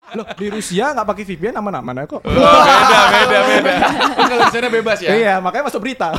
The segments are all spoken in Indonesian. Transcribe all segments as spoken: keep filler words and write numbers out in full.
Loh, di Rusia nggak pakai V P N aman-aman kok. Oh, beda, beda, beda. Kalau di sana bebas ya? Iya, makanya masuk berita.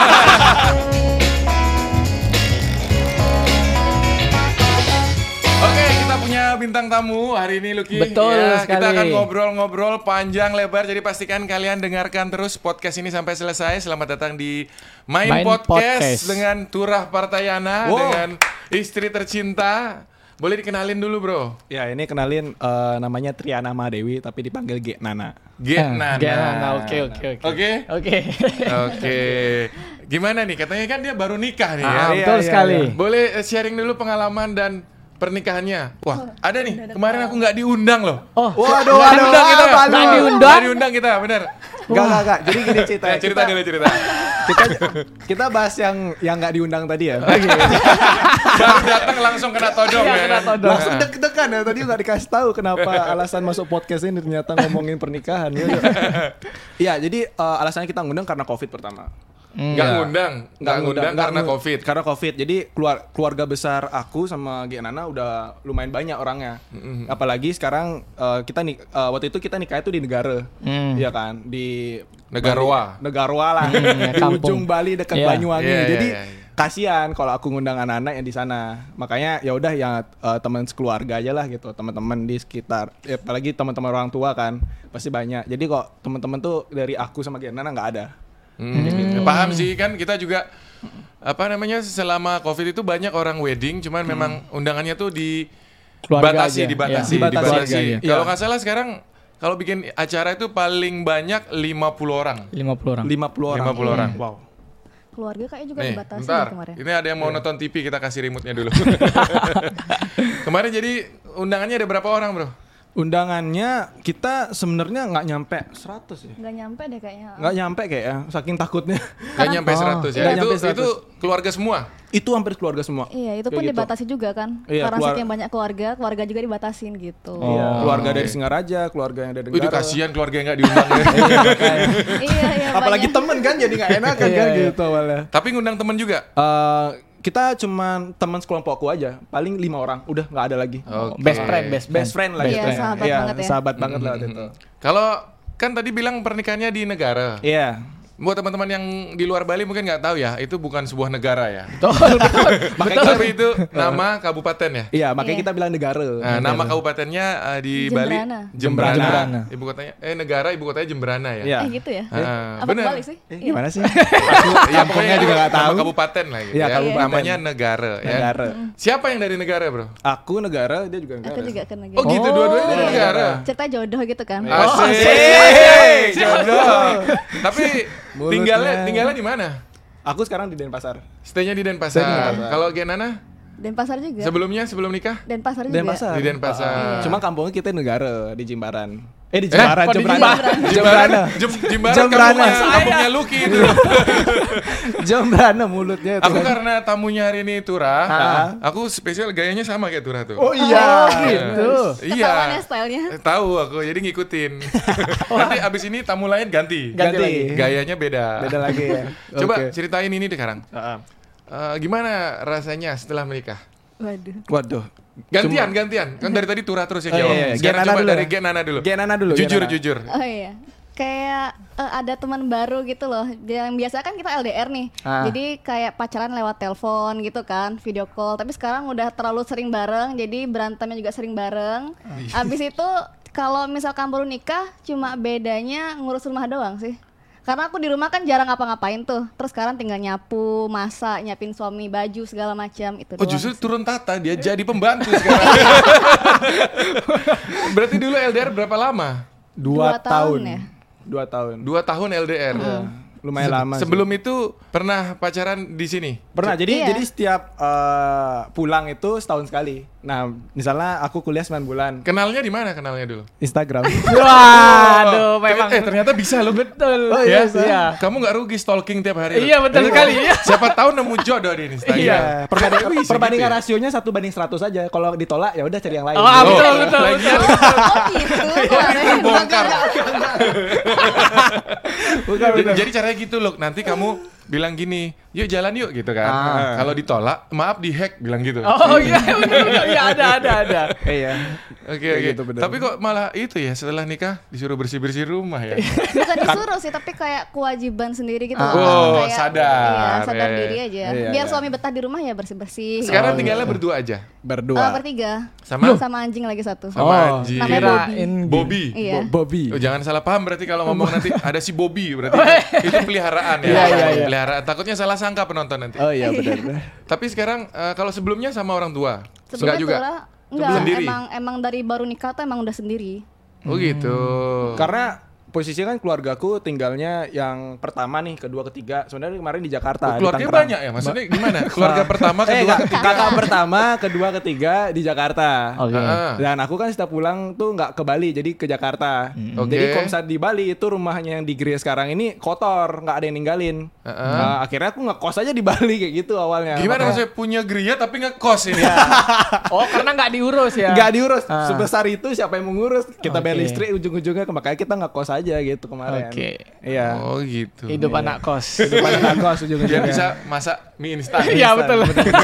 Oke, kita punya bintang tamu hari ini, Lucky. Betul ya, sekali. Kita akan ngobrol-ngobrol panjang lebar, jadi pastikan kalian dengarkan terus podcast ini sampai selesai. Selamat datang di Main, Main podcast, Podcast dengan Turah Partayana, Wow. dengan istri tercinta. Boleh dikenalin dulu, bro? Ya, ini kenalin uh, namanya Triana Mahadewi tapi dipanggil G Nana. G Nana. G Nana, oke oke oke. Oke? Oke. Oke. Gimana nih? Katanya kan dia baru nikah nih ya. Ah, iya, betul iya, sekali. iya. Boleh sharing dulu pengalaman dan pernikahannya. Wah, ada nih. Kemarin aku nggak diundang loh. Oh, Waduh, Nggak diundang kita. apa lu? Nggak diundang? Nggak diundang kita, bener. Enggak, enggak, enggak. Jadi gini cerita. Ya, cerita kita, dulu cerita. kita kita bahas yang yang enggak diundang tadi ya. Baru datang langsung kena todong Iya, ya. kena todong. Langsung deg-degan ya, tadi nggak dikasih tahu kenapa alasan masuk podcast ini ternyata ngomongin pernikahan. Gitu. Iya, jadi uh, alasannya kita ngundang karena Covid pertama. Nggak Iya. ngundang, nggak ngundang nggak karena ngu- Covid. Karena Covid. Jadi keluar, keluarga besar aku sama G Nana udah lumayan banyak orangnya. Apalagi sekarang uh, kita nih uh, waktu itu kita nikah itu di negara. Hmm. Iya kan? Di Negarawa. Bali- Negarawa lah. Hmm, di kampung. ujung Bali dekat Iya. Banyuwangi. Iya, iya, Jadi iya, iya. kasihan kalau aku ngundang anak-anak yang di sana. Makanya ya udah ya uh, teman sekeluarga aja lah gitu, teman-teman di sekitar. Ya, apalagi teman-teman orang tua kan pasti banyak. Jadi kok teman-teman tuh dari aku sama G Nana nggak ada. Hmm, paham sih kan kita juga apa namanya selama Covid itu banyak orang wedding, cuman memang undangannya tuh Keluarga dibatasi, aja. dibatasi, Iya. Dibatasi. dibatasi. Keluarga, iya. Kalau nggak salah sekarang kalau bikin acara itu paling banyak lima puluh orang. lima puluh orang. lima puluh orang. lima puluh orang. Wow. Keluarga kayaknya juga Nih, dibatasi bentar. deh kemarin. Ini ada yang mau nonton T V, kita kasih remote-nya dulu. Kemarin jadi undangannya ada berapa orang, bro? Undangannya kita sebenarnya nggak nyampe seratus ya. Nggak nyampe deh kayaknya. Nggak nyampe kayak ya, saking takutnya. Gak nyampe Oh, seratus ya. nggak Itu nyampe seratus. itu keluarga semua. Itu hampir keluarga semua. Iya, itu Kayak pun gitu. dibatasi juga kan. Iya, Karena keluar- saking banyak keluarga, keluarga juga dibatasin gitu. Oh. Iya, keluarga oke. dari Singaraja, keluarga yang dari Wih, Denggara. kasihan keluarga yang gak diundang ya. iya, iya. Apalagi banyak. temen kan jadi nggak enak kan, Iya, kan iya. gitu awalnya. Tapi ngundang temen juga. Eh, kita cuman teman sekelompokku aja, paling lima orang, udah nggak ada lagi. Oke. Best friend, best Best friend lah. Iya, gitu. sahabat Iya, banget ya. sahabat banget lah waktu itu. Kalau kan tadi bilang pernikahannya di negara. Iya. Buat teman-teman yang di luar Bali mungkin nggak tahu ya, itu bukan sebuah negara ya. Betul, betul. Makanya tapi itu nama kabupaten ya. Iya, makanya Iya. kita bilang negara. Nah, nama kabupatennya uh, di Bali Jemberana. Jemberana. Jemberana. Ibu kotanya eh negara ibu kotanya Jemberana ya. Iya. Eh gitu ya? Ah, Apa bener. kebalik sih? Eh, gimana sih? Ya Kampungnya juga nggak tahu. Nama kabupaten lah gitu Iya, ya. kabupaten. Namanya negara ya. Negara. Siapa yang dari negara, Bro? Aku negara, dia juga negara. Aku juga ke negara. Oh, gitu dua-duanya dari iya. negara. Cerita jodoh gitu kan. Asik. asik. Jodoh. Tapi Mulutnya. tinggalnya tinggalnya di mana? Aku sekarang di Denpasar. Stay-nya di Stay di Denpasar. Denpasar. Kalau Genana Denpasar juga. sebelumnya sebelum nikah Denpasar juga. Denpasar. di Denpasar. Cuma kampungnya kita negara di Jimbaran. Eh di Eh, Jimbaran, kok di Jembrana. Jimbaran? Jembrana. Jem- Jimbaran Jembrana. kampungnya, Saya. kampungnya Lucky itu. Jembrana mulutnya itu. Aku karena tamunya hari ini Turah, Ah. aku spesial gayanya sama kayak Turah tuh. Oh iya, gitu. Ketahuan ya Iya. stylenya. Eh, Tahu aku, jadi ngikutin. Nanti abis ini tamu lain ganti. Ganti lagi. Gayanya beda. Beda lagi ya. Coba Oke. ceritain ini deh sekarang. Heeh. Eh, gimana rasanya setelah menikah? Waduh. Waduh. Gantian, gantian. Kan dari tadi Turah terus yang Oh, jawab. iya, iya. Sekarang Genana coba dulu dari ya. Genana dulu. Genana dulu. Jujur, Genana. jujur. Oh iya. Kayak eh, ada teman baru gitu loh. Yang biasa kan kita L D R nih. Ah. Jadi kayak pacaran lewat telepon gitu kan, video call. Tapi sekarang udah terlalu sering bareng, jadi berantemnya juga sering bareng. Abis itu kalau misalkan baru nikah, cuma bedanya ngurus rumah doang sih. Karena aku di rumah kan jarang ngapa-ngapain tuh. Terus sekarang tinggal nyapu, masak, nyiapin suami baju segala macam itu Oh doang justru sih. turun tata, dia jadi pembantu sekarang. Berarti dulu L D R berapa lama? Dua, Dua tahun tahun. ya? Dua tahun. Dua tahun L D R. Lumayan Se- lama sih. Sebelum itu pernah pacaran di sini? Pernah, jadi Iya. jadi setiap eh, pulang itu setahun sekali. Nah, misalnya aku kuliah sembilan bulan. Kenalnya di mana kenalnya dulu? Instagram. Waduh, memang Eh ternyata bisa loh. betul. Oh, Ya, iya, iya. Kamu nggak rugi stalking tiap hari. loh. Iya, betul sekali. Iya. Siapa tahu nemu jodoh di Instagram. Iya, perbandingan, Bisa perbandingan gitu ya? rasionya satu banding seratus aja. Kalau ditolak ya udah cari yang lain. Oh, ah, betul, Oh, betul, lagian Oh gitu. kemarin. bongkar. Bukan, Jadi, bukan. jadi caranya gitu loh. Nanti kamu bilang gini, yuk jalan yuk gitu kan. Ah. Kalau ditolak, maaf dihack bilang gitu. Oh iya, benar benar. Iya ada ada ada. Iya. Oke Kayak oke. gitu, bener. Tapi kok malah itu ya setelah nikah disuruh bersih-bersih rumah ya. Bukan disuruh sih, tapi kayak kewajiban sendiri gitu. Ah. loh. Oh, Kayak, sadar, Iya, sadar ya. diri aja. Iya, Biar iya. suami betah di rumah ya bersih-bersih. Sekarang Oh, tinggalnya gitu. berdua aja. Eh, Berdua. bertiga. Sama Sama anjing lagi satu. sama Oh, anjing. Namanya kirain Bobby. Iya. Bo- Bobby. Oh, jangan salah paham berarti kalau ngomong nanti ada si Bobby berarti itu peliharaan ya. Iya, iya, iya. Peliharaan. Takutnya salah sangka penonton nanti. Oh iya benar. Tapi sekarang eh, kalau sebelumnya sama orang tua. Enggak Sebelumnya juga. tuh lah, enggak, Sendiri? emang emang dari baru nikah tuh emang udah sendiri. Oh gitu. Karena posisinya kan keluargaku tinggalnya yang pertama nih, kedua, ketiga. Sebenarnya kemarin di Oh, Jakarta. di keluarganya Tangerang. banyak ya? Maksudnya gimana? Keluarga pertama, Eh, kedua, kak- ketiga. kakak pertama, kedua, ketiga di Jakarta. Oke. Ah. Dan aku kan setiap pulang tuh nggak ke Bali, jadi ke Jakarta. Oke. Jadi kalau misalnya di Bali itu rumahnya yang di Gria sekarang ini kotor, nggak ada yang ninggalin. Heeh. Nah, akhirnya aku ngekos aja di Bali kayak gitu awalnya. Gimana Makanya maksudnya punya geria tapi ngekos ini? Oh karena nggak diurus ya? nggak diurus Ah. sebesar itu, siapa yang mengurus? Kita bayar Oke. listrik ujung-ujungnya, makanya kita ngekos aja gitu kemarin. Oke. Iya. Oh gitu. Hidup anak kos. Hidup anak kos Biar ujung-ujungnya. bisa masak mie instan. Iya betul.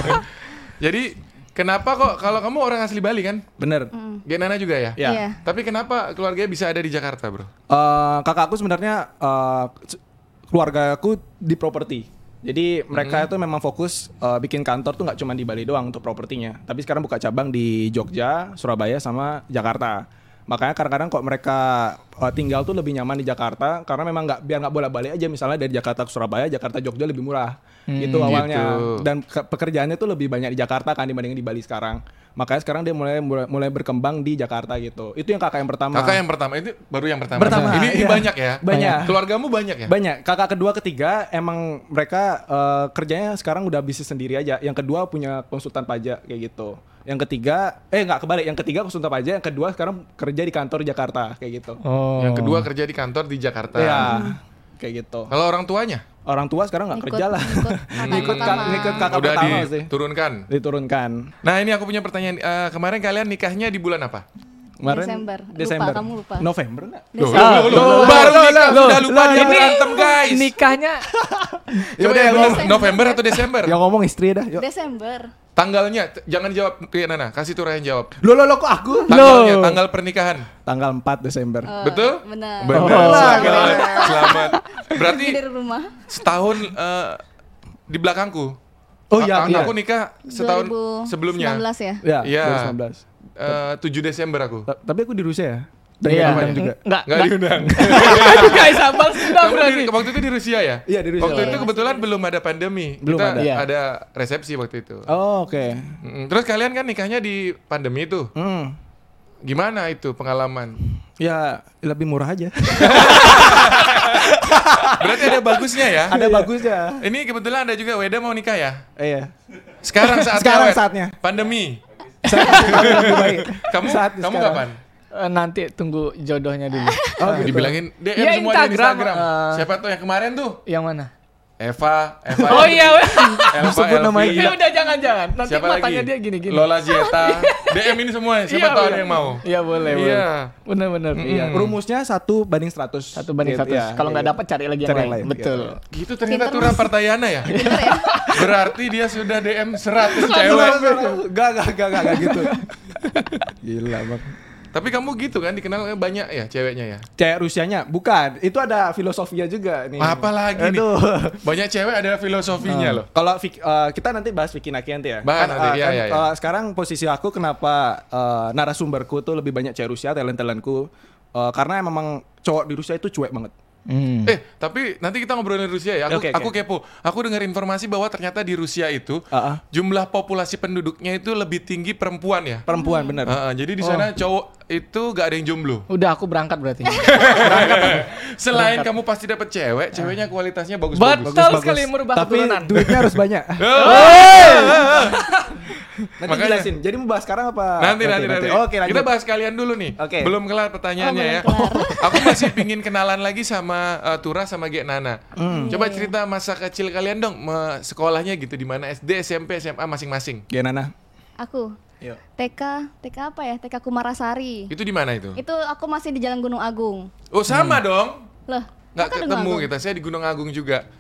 Jadi kenapa kok kalau kamu orang asli Bali kan? Bener. Genana juga ya? Ya. Iya. Tapi kenapa keluarganya bisa ada di Jakarta, Bro? Eh, kakakku sebenarnya eh, c- keluargaku di properti. Jadi mereka itu memang fokus eh, bikin kantor tuh nggak cuma di Bali doang untuk propertinya, tapi sekarang buka cabang di Jogja, Surabaya sama Jakarta. Makanya kadang-kadang kok mereka eh, tinggal tuh lebih nyaman di Jakarta karena memang nggak biar nggak bolak-balik aja, misalnya dari Jakarta ke Surabaya, Jakarta Jogja lebih murah gitu awalnya. gitu. Dan ke- pekerjaannya tuh lebih banyak di Jakarta kan dibandingin di Bali sekarang. Makanya sekarang dia mulai mulai, mulai berkembang di Jakarta gitu. Itu yang kakak yang pertama. Kakak yang pertama itu baru yang pertama. Pertama, Ini, ini iya. banyak ya? Banyak. Keluargamu banyak ya? Banyak. Kakak kedua, ketiga emang mereka eh, kerjanya sekarang udah bisnis sendiri aja. Yang kedua punya konsultan pajak kayak gitu. Yang ketiga, eh nggak kebalik. Yang ketiga konsultan pajak. Yang kedua sekarang kerja di kantor Jakarta kayak gitu. Oh. Yang kedua kerja di kantor di Jakarta. Iya, kayak gitu. Kalau orang tuanya? Orang tua sekarang nggak Ngikut- kerja lah. ngikut kakak Ngikut kak- pertama. ngikut kakak Udah pertama sih. diturunkan. Diturunkan. Nah ini aku punya pertanyaan. Eh, kemarin kalian nikahnya di bulan apa? Kemarin Desember. Lupa, Desember. kamu lupa. November enggak? Loh, Desember. loh, loh, loh, baru loh, nikah loh, sudah lupa loh, dia ini berantem guys. Nikahnya Coba Yaudah, yang yang ngomong November atau Desember? Yang ngomong istri dah. Yuk. Desember. Tanggalnya, t- jangan jawab ke Nana, kasih Tura yang jawab. Loh, loh, loh, kok aku? Tanggalnya, Loh. tanggal pernikahan. Tanggal empat Desember. Eh, Betul? Benar. Benar, Oh. selamat, selamat. Berarti Pergi dari rumah. setahun eh, di belakangku. Oh A- iya, a- iya. Aku nikah setahun dua ribu sebelumnya. sembilan belas ya. Ya, Iya. dua ribu sembilan belas. Eh, tujuh Desember aku. Ta- Tapi aku di Rusia ya. Dan Iya. nggak diundang juga. Enggak, Nggak diundang. juga Isabel sudah Kamu berarti. di, waktu itu di Rusia ya? Iya, di Rusia. Waktu itu Iya, kebetulan belum ada pandemi. Belum Kita ada. Iya. ada resepsi waktu itu. Oh, oke. Mm-mm. Terus kalian kan nikahnya di pandemi itu. Hmm. Gimana itu pengalaman? Ya, lebih murah aja. Berarti ada bagusnya ya? Ada bagusnya. Ini kebetulan ada juga Weda mau nikah ya? Iya. Sekarang saatnya. Sekarang Wed. saatnya. Pandemi. Saat lebih baik. Kamu Saat kamu sekarang. kapan? Eh, nanti tunggu jodohnya dulu. Oh, gitu. Dibilangin D M Ya, semua di Instagram, Instagram. eh. Siapa tuh yang kemarin tuh? Yang mana? Eva, Eva. Oh iya, weh. Elva, Sebut Elvi. namanya. Ya udah jangan-jangan. Nanti Siapa matanya lagi? dia gini-gini. Lola Zeta. D M ini semua. Siapa Iya, tahu ada boleh. yang mau? Iya boleh, boleh. Iya. Bener-bener. Iya. Rumusnya satu banding seratus. Satu banding Gitu, satu. ya, Kalau nggak kayak dapat cari lagi yang Cari lain. yang lain, Betul. Gitu ternyata Pinter, Tura Mas. Partayana ya. Bener ya? Berarti dia sudah D M seratus gitu. cewek. Gak, gak, gak, gak, gak gitu. Gila bang. Tapi kamu gitu kan dikenal banyak ya ceweknya ya? Cewek Rusianya? Bukan. Itu ada filosofinya juga nih. Apa lagi nih? Aduh. Banyak cewek ada filosofinya loh. Kalau Vic- eh, kita nanti bahas Vicky Naki nanti ya. Bahas Kan, nanti, eh, iya, kan, iya, iya. eh, sekarang posisi aku kenapa eh, narasumberku tuh lebih banyak cewek Rusia, talent-talentku. Eh, karena memang cowok di Rusia itu cuek banget. Hmm. Eh, tapi nanti kita ngobrolin Rusia ya. Aku, Oke, oke. aku kepo. Aku dengar informasi bahwa ternyata di Rusia itu Ah, ah. jumlah populasi penduduknya itu lebih tinggi perempuan ya. Perempuan bener. Ah, ah, jadi di sana cowok itu gak ada yang jomblo. Udah aku berangkat berarti. Selain kamu pasti dapet cewek, ceweknya kualitasnya bagus-bagus. Betul sekali merubah Tapi keturunan. duitnya harus banyak. Oh. Nanti Makanya. jelasin. Jadi mau bahas sekarang apa? Nanti, nanti, nanti. Oke, lanjut. Kita bahas kalian dulu nih. Oke. Belum kelar pertanyaannya Oh, ya. belum kelar. Aku masih pingin kenalan lagi sama uh, Tura sama Gek Nana. Coba cerita masa kecil kalian dong, me- sekolahnya gitu di mana S D, S M P, S M A masing-masing. Gimana? Aku. Yuk. T K, T K apa ya? T K Kumarasari. Itu di mana itu? Itu aku masih di Jalan Gunung Agung. Oh, sama dong. Loh, Nggak kakak Gunung ketemu Agung? kita. Saya di Gunung Agung juga.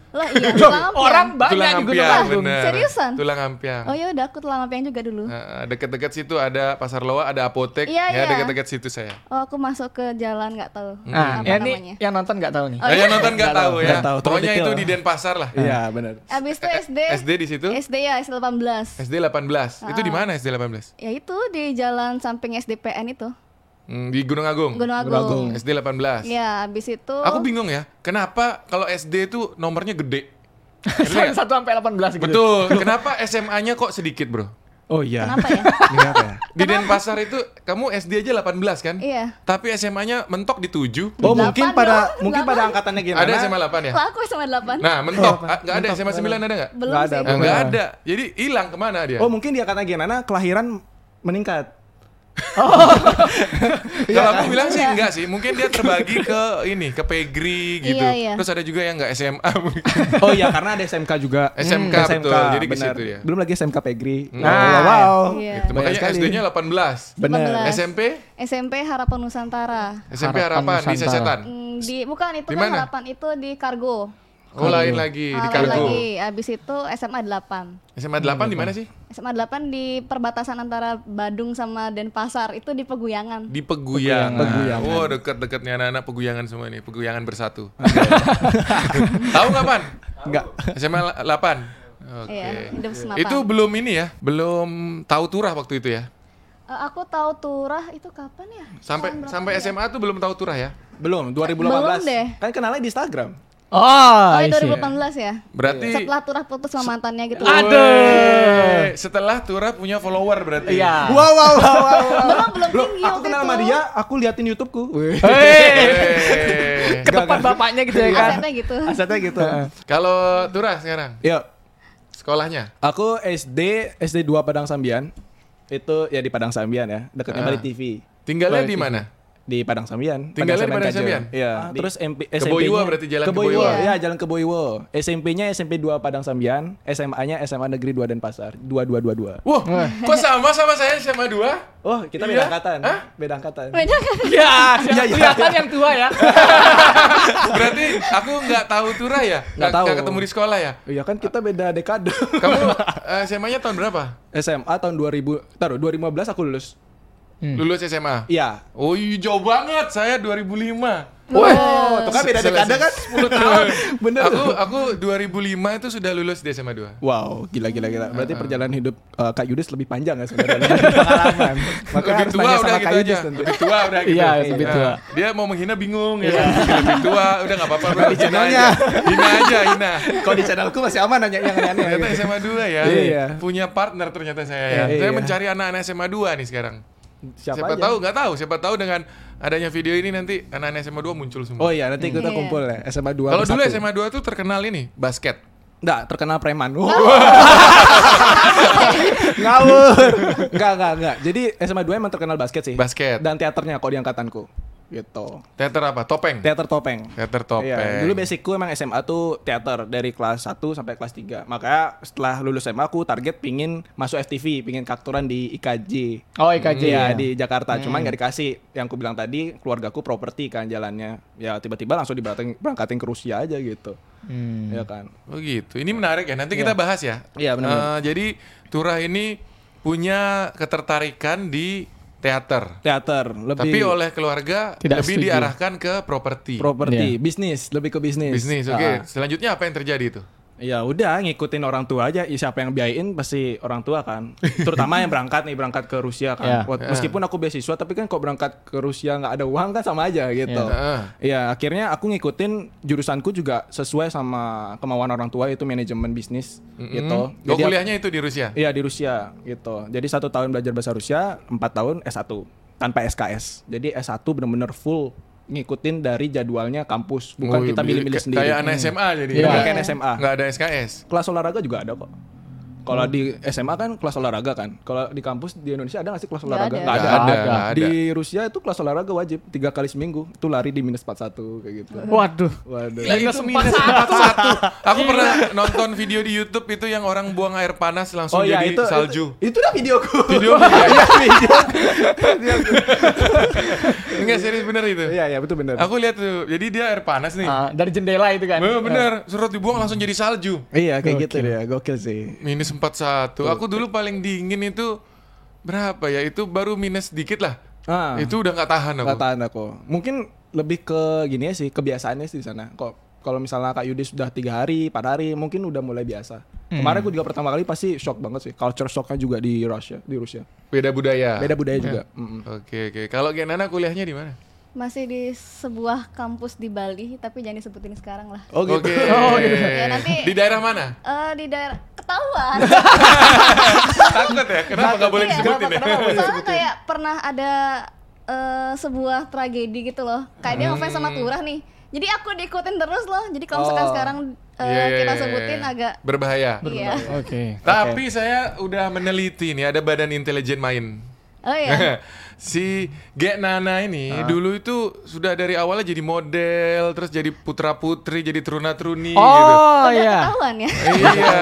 Lah iya, tulang ampiang. Orang banyak Tulang di Gunung ampiang, Agung. bener. Seriusan? Tulang ampiang. Oh ya udah, aku tulang ampiang juga dulu. Nah, deket-deket situ ada Pasar Loa, ada apotek. Iya, ya, iya. deket-deket situ saya. Oh aku masuk ke jalan nggak tahu Nah, apa ya namanya. ini yang nonton nggak tahu nih. Oh, Nah, iya? yang nonton nggak Nggak tahu tahu. ya. Nggak tahu, terlalu Pokoknya itu detail. di Denpasar lah. Iya, benar. Abis itu S D. S D di situ? S D ya, S D delapan belas. S D delapan belas. Itu di mana S D delapan belas? Ya itu di jalan samping S D P N itu. Hmm, di Gunung Agung. Gunung Gunung Agung. Agung. S D delapan belas. Ya, abis itu Aku bingung ya, kenapa kalau S D itu nomornya gede? Satu sampai delapan belas gitu. Betul. Kenapa S M A-nya kok sedikit, Bro? Oh iya. kenapa ya? Kenapa ya? Di Denpasar itu kamu S D aja delapan belas kan? Iya. Tapi S M A-nya mentok di tujuh. Oh, Delapan mungkin dong, pada delapan. mungkin pada angkatannya gimana? Ada S M A delapan ya? Lah aku S M A delapan. Nah, mentok. Ah, nggak ada S M A sembilan ada nggak? Belum nggak ada, sih. Ah, nggak Belum. ada. Jadi hilang kemana dia? Oh, mungkin di angkatan Genana kelahiran meningkat. Kalau aku bilang sih Enggak. enggak sih. Mungkin dia terbagi ke ini, ke pegri gitu. Iya, iya. Terus ada juga yang nggak S M A mungkin. Oh iya, karena ada S M K juga. S M K, Hmm, betul. Jadi ke benar. situ ya. Belum lagi S M K Pegri. Hmm. Wow, Nah, wow. Iya. Itu makanya Banyak S D-nya delapan belas. Benar. delapan belas. S M P? S M P Harapan Nusantara. S M P Harapan Harapan di Nusantara. Sesetan. Hmm, di bukan itu Di kan mana? Harapan itu di Kargo. Oh, lain lagi di Ah, lain Kargo. lagi. Abis itu S M A delapan. S M A delapan di mana sih? S M A delapan di perbatasan antara Badung sama Denpasar, itu di Peguyangan. Di Peguyangan. Peguyangan. Oh, dekat-dekatnya anak-anak Peguyangan semua nih. Peguyangan bersatu. Tahu nggak, Pan? Enggak. S M A delapan. Oke. Iya, hidup senapan. Itu belum ini ya, belum tahu turah waktu itu ya. Eh, aku tahu turah itu kapan ya? Sampai Tahun berapa sampai ya? S M A tuh belum tahu turah ya. Belum, dua ribu delapan belas. Belum deh. Kan kenalnya di Instagram. Oh, Oh, I dua see. ribu delapan belas ya? Berarti Setelah turah putus sama mantannya gitu. Aduh. Weh, setelah turah punya follower berarti. Iya. Wow, wow, wow, wow. wow. Belum, belum Loh, tinggi aku waktu kenal itu. sama dia, aku liatin YouTubeku. Wih. Hei, Weh. ke tempat bapaknya gitu ya kan. Asetnya gitu. Asetnya gitu. Kalau turah sekarang Yuk, sekolahnya aku S D S D dua Padang Sambian. Itu ya di Padang Sambian ya, dekatnya Ah. Bali T V. tinggalnya Bali di T V. mana? Di Padang Sambian. Tinggalnya di Padang Kajo. Sambian? Iya. Ah, Terus M P, Ke Boiwa berarti jalan ke Boiwa. Iya, jalan ke Boiwa. S M P-nya S M P dua Padang Sambian, S M A-nya S M A Negeri dua Denpasar. dua dua dua dua. Wah, kok sama sama saya S M A dua? Oh, kita Iya? beda angkatan. Hah? Beda angkatan. Beda kan? Ya, Iya, iya. kelihatan yang tua ya. Berarti aku nggak tahu turah ya? Nggak tahu. nggak ketemu di sekolah ya? Iya kan kita beda dekade. Kamu eh, S M A-nya tahun berapa? S M A tahun dua ribu, taruh dua ribu lima belas aku lulus. Hmm. Lulus S M A? Iya. Oh iya jauh banget, saya dua ribu lima. Wah, itu kan beda Se- dekade kan sepuluh tahun. Bener. Aku aku dua ribu lima itu sudah lulus di S M A dua. Wow, gila gila gila. Berarti perjalanan hidup uh, Kak Yudis lebih panjang ya sebenarnya dari pengalaman. Makanya Lebih harus tua tanya udah sama gitu Kak aja. Yudis tentu. Lebih tua udah gitu. Iya, lebih Nah, tua. Dia mau menghina bingung ya. kan? Lebih tua, udah nggak apa-apa bro. Di Hina channelnya. aja. Hina aja, hina. Kalau di channelku masih aman nanya yang aneh-aneh. Ternyata gitu. S M A dua ya. Iya. Punya partner ternyata saya ya. Iya. Saya mencari anak-anak S M A dua nih sekarang. Siapa, Siapa aja? tahu, nggak tahu. Siapa tahu dengan adanya video ini nanti anak-anak S M A dua muncul semua. Oh iya, nanti kita Iya. kumpul ya S M A dua. Kalau dulu S M A dua tuh terkenal ini basket. Enggak, terkenal preman. Wow. Ngawur. Enggak, enggak, enggak. Jadi S M A dua emang terkenal basket sih. Basket. Dan teaternya kok di angkatanku. Gitu. Teater apa? Topeng. Teater topeng. Teater topeng. Iya, dulu basicku emang S M A tuh teater dari kelas satu sampai kelas tiga. Makanya setelah lulus S M A aku target pingin masuk F T V, pingin kakturan di I K J. Oh, I K J Iya, ya. di Jakarta. Cuman nggak dikasih. Yang aku bilang tadi, keluargaku properti kan jalannya. Ya tiba-tiba langsung diberangkatin berangkatin ke Rusia aja gitu. Hmm. Ya kan. Oh gitu. Ini menarik ya. Nanti kita bahas ya. Iya, benar-benar. Eh, jadi Turah ini punya ketertarikan di teater. Teater lebih Tapi oleh keluarga Tidak lebih setuju. diarahkan ke properti. properti, Iya. bisnis, lebih ke bisnis. Bisnis. Oke. Ah. Selanjutnya apa yang terjadi itu? Ya udah ngikutin orang tua aja. Ya, siapa yang biayain pasti orang tua kan. Terutama yang berangkat nih berangkat ke Rusia kan. Ya. Wah, meskipun aku beasiswa tapi kan kok berangkat ke Rusia nggak ada uang kan sama aja gitu. Ya. Ya akhirnya aku ngikutin jurusanku juga sesuai sama kemauan orang tua itu manajemen bisnis gitu. Oh, Jadi kuliahnya itu di Rusia. Iya di Rusia gitu. Jadi satu tahun belajar bahasa Rusia, empat tahun S satu tanpa S K S. Jadi S satu bener-bener full ngikutin dari jadwalnya kampus, bukan Oh, kita bi- milih-milih kayak- sendiri. Kayak anak S M A jadi. Iya. Nggak- Kayak S M A. Nggak ada S K S. Kelas olahraga juga ada kok. Kalau di S M A kan kelas olahraga kan. Kalau di kampus di Indonesia ada nggak sih kelas Nggak olahraga? ada. Nggak Nggak ada, ada. nggak ada. Di Rusia itu kelas olahraga wajib tiga kali seminggu. Itu lari di minus empat puluh satu kayak gitu. Waduh. Waduh. Lah, Minus itu empat minus satu. empat satu. Aku pernah nonton video di YouTube itu yang orang buang air panas langsung Oh iya jadi itu salju. Itu, itu udah videoku. Video ya? Iya, video. Enggak serius bener itu. Iya iya betul benar. Aku lihat tuh. Jadi dia air panas nih. Ah, dari jendela itu kan. Bener, bener. Surut dibuang langsung jadi salju. Iya kayak gitu Gokil. dia, gokil sih. Minus empat puluh satu. Aku dulu paling dingin itu berapa ya? Itu baru minus dikit lah. Ah. Itu udah nggak tahan aku. Nggak tahan aku. Mungkin lebih ke gini ya sih, kebiasaannya sih di sana. Kok kalau misalnya Kak Yudi sudah tiga hari, empat hari, mungkin udah mulai biasa. Kemarin aku juga pertama kali pasti shock banget sih. Culture shocknya juga di Rusia, di Rusia. Beda budaya. Beda budaya juga. Mm-mm. Oke, oke. Kalau Genana kuliahnya di mana? Masih di sebuah kampus di Bali, tapi jangan disebutin sekarang lah. Oh gitu. Oke. Oh, gitu. Ya, nanti- Di daerah mana? Eh di daerah ketahuan. Takut ya? Kenapa nggak boleh Iya, disebutin ya? Soalnya kayak pernah ada eh, sebuah tragedi gitu loh. Kayak dia ngefans sama Turah nih. Jadi aku diikutin terus loh. Jadi kalau misalkan Oh. sekarang eh, Iya, iya, kita iya, sebutin iya. agak berbahaya. iya. Oke. Tapi saya udah meneliti nih, ada badan intelijen main. Oh iya. Si Gek Nana ini dulu itu sudah dari awalnya jadi model, terus jadi putra putri, jadi teruna teruni gitu. Oh Udah iya. ketahuan ya. Iya.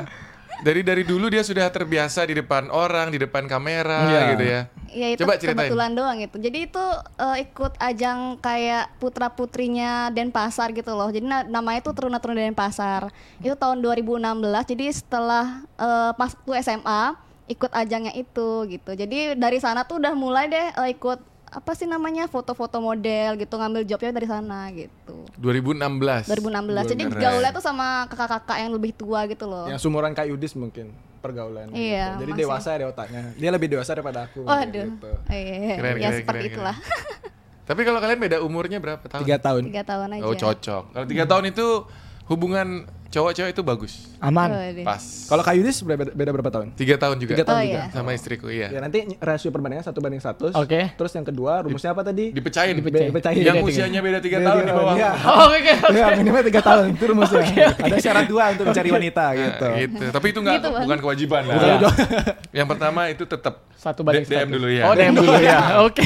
Dari dari dulu dia sudah terbiasa di depan orang, di depan kamera Iya. gitu ya. Iya itu Coba ceritain. kebetulan doang gitu. Jadi itu eh, ikut ajang kayak putra putrinya Denpasar gitu loh. Jadi na- namanya itu Teruna Teruna Denpasar. Itu tahun dua ribu enam belas. Jadi setelah eh, pas waktu S M A ikut ajangnya itu gitu. Jadi dari sana tuh udah mulai deh eh, ikut apa sih namanya foto-foto model gitu, ngambil jobnya dari sana gitu. dua ribu enam belas. dua ribu enam belas. Jadi Keren. gaulnya tuh sama kakak-kakak yang lebih tua gitu loh. Yang sumuran Kak Yudis mungkin pergaulan. Iya, Gitu. Jadi masih. dewasa dia otaknya. Dia lebih dewasa daripada aku. Waduh. Gitu. Eh, Keren, ya keren, seperti keren, itulah. Tapi kalau kalian beda umurnya berapa tahun? Tiga tahun. Tiga tahun aja. Oh cocok. Kalau tiga tahun itu hubungan cowok-cowok itu bagus. Aman. Waduh. Pas. Kalau Kak Yudis beda, beda berapa tahun? Tiga tahun juga. Tiga tahun Oh, juga. iya. Sama istriku iya. Ya nanti rasio perbandingan satu banding satu. Oke. Terus yang kedua rumusnya apa tadi? Dipecahin. Dipecahin. Dipecahin. Yang Beda usianya beda tiga Beda tahun tiga di bawah. Iya. Oh, oke. Ya minimal tiga tahun itu rumusnya. Ada syarat dua untuk mencari wanita gitu. Nah, gitu. Tapi itu nggak Gitu, Bang. bukan kewajiban lah. Iya. Yang pertama itu tetap Satu banding D- D M satu. dulu ya. Oh, D M dulu ya. Oke.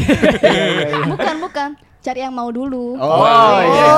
Bukan, bukan. Cari yang mau dulu. Oh, iya.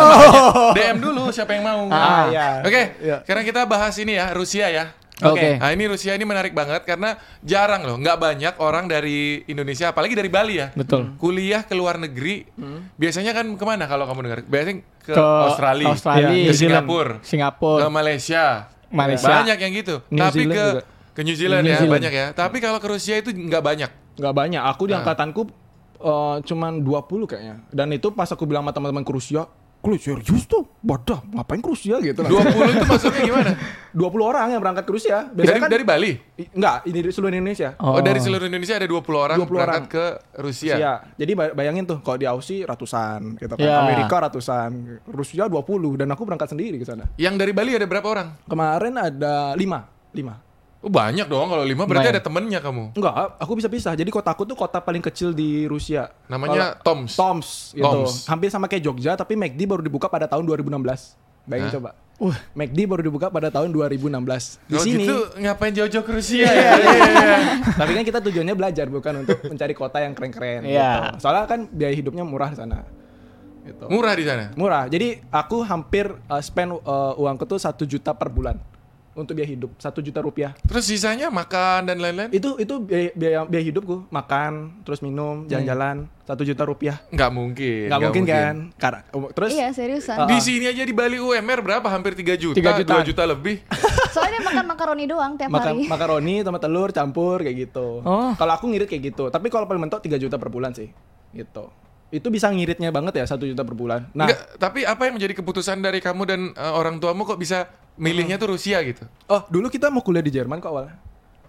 D M dulu siapa yang mau. Ah, iya. Oke, Iya. sekarang kita bahas ini ya, Rusia ya. Oke. Nah ini Rusia ini menarik banget karena jarang loh, nggak banyak orang dari Indonesia, apalagi dari Bali ya. Betul. Kuliah ke luar negeri, biasanya kan kemana kalau kamu dengar? Biasanya ke, Ke Australia, Australia, ke New Zealand, Singapura, ke Singapura. Malaysia, Malaysia. banyak yang gitu. New Tapi Zealand ke juga. ke New Zealand New ya Zealand. banyak ya. Tapi kalau ke Rusia itu nggak banyak. Nggak banyak. Aku di Ah. angkatanku eh, cuman dua puluh kayaknya. Dan itu pas aku bilang sama teman-teman ke Rusia, "Kuliah serius tuh? Badah, ngapain ke Rusia gitu lah." dua puluh itu maksudnya gimana? dua puluh orang yang berangkat ke Rusia. Dari Biasanya kan dari Bali? I- enggak, ini di seluruh Indonesia. Oh. dari seluruh Indonesia ada dua puluh orang dua puluh berangkat orang. ke Rusia. Rusia. Jadi bay- bayangin tuh kalau di Aussie ratusan gitu kan. Ya. Amerika ratusan, Rusia dua puluh dan aku berangkat sendiri ke sana. Yang dari Bali ada berapa orang? Kemarin ada lima, lima. Oh, banyak dong kalau lima berarti Lumayan. ada temennya kamu. Enggak, aku bisa pisah. Jadi kotaku tuh kota paling kecil di Rusia. Namanya Toms. Toms gitu. Toms. Hampir sama kayak Jogja, tapi McD baru dibuka pada tahun dua ribu enam belas. Bayangin Hah? coba. Uh, McD baru dibuka pada tahun dua ribu enam belas. Di Oh sini. gitu ngapain jauh-jauh ke Rusia ya? Iya, iya. Tapi kan kita tujuannya belajar bukan untuk mencari kota yang keren-keren Iya. gitu. Soalnya kan biaya hidupnya murah di sana. Gitu. Murah di sana. Murah. Jadi aku hampir uh, spend uh, uangku tuh satu juta per bulan untuk biaya hidup, satu juta rupiah. Terus sisanya makan dan lain-lain? Itu itu biaya, biaya, biaya hidupku, makan, terus minum, jalan-jalan, satu juta rupiah. Nggak mungkin. Nggak mungkin kan? Karena terus Iya, seriusan. Ah. Di sini aja di Bali U M R berapa? Hampir tiga juta, Tiga jutaan. dua juta lebih. Soalnya dia makan makaroni doang tiap makan hari. makaroni sama telur campur kayak gitu. Oh. Kalau aku ngirit kayak gitu. Tapi kalau paling mentok tiga juta per bulan sih. Gitu. Itu bisa ngiritnya banget ya satu juta per bulan. Nah, Nggak, tapi apa yang menjadi keputusan dari kamu dan uh, orang tuamu kok bisa milihnya tuh Rusia gitu? oh dulu kita mau kuliah di Jerman kok awalnya.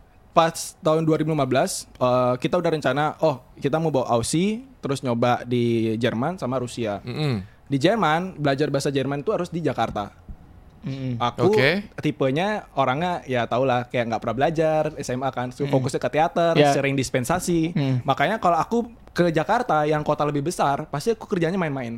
Pas tahun dua ribu lima belas eh, kita udah rencana, oh kita mau bawa Aussie, terus nyoba di Jerman sama Rusia. Mm-mm. Di Jerman belajar bahasa Jerman tuh harus di Jakarta. Mm-mm. Aku Oke. tipenya orangnya ya tau lah kayak nggak pernah belajar S M A kan, so, fokusnya ke teater, Ya. sering dispensasi. Hmm. Makanya kalau aku ke Jakarta yang kota lebih besar, pasti aku kerjanya main-main.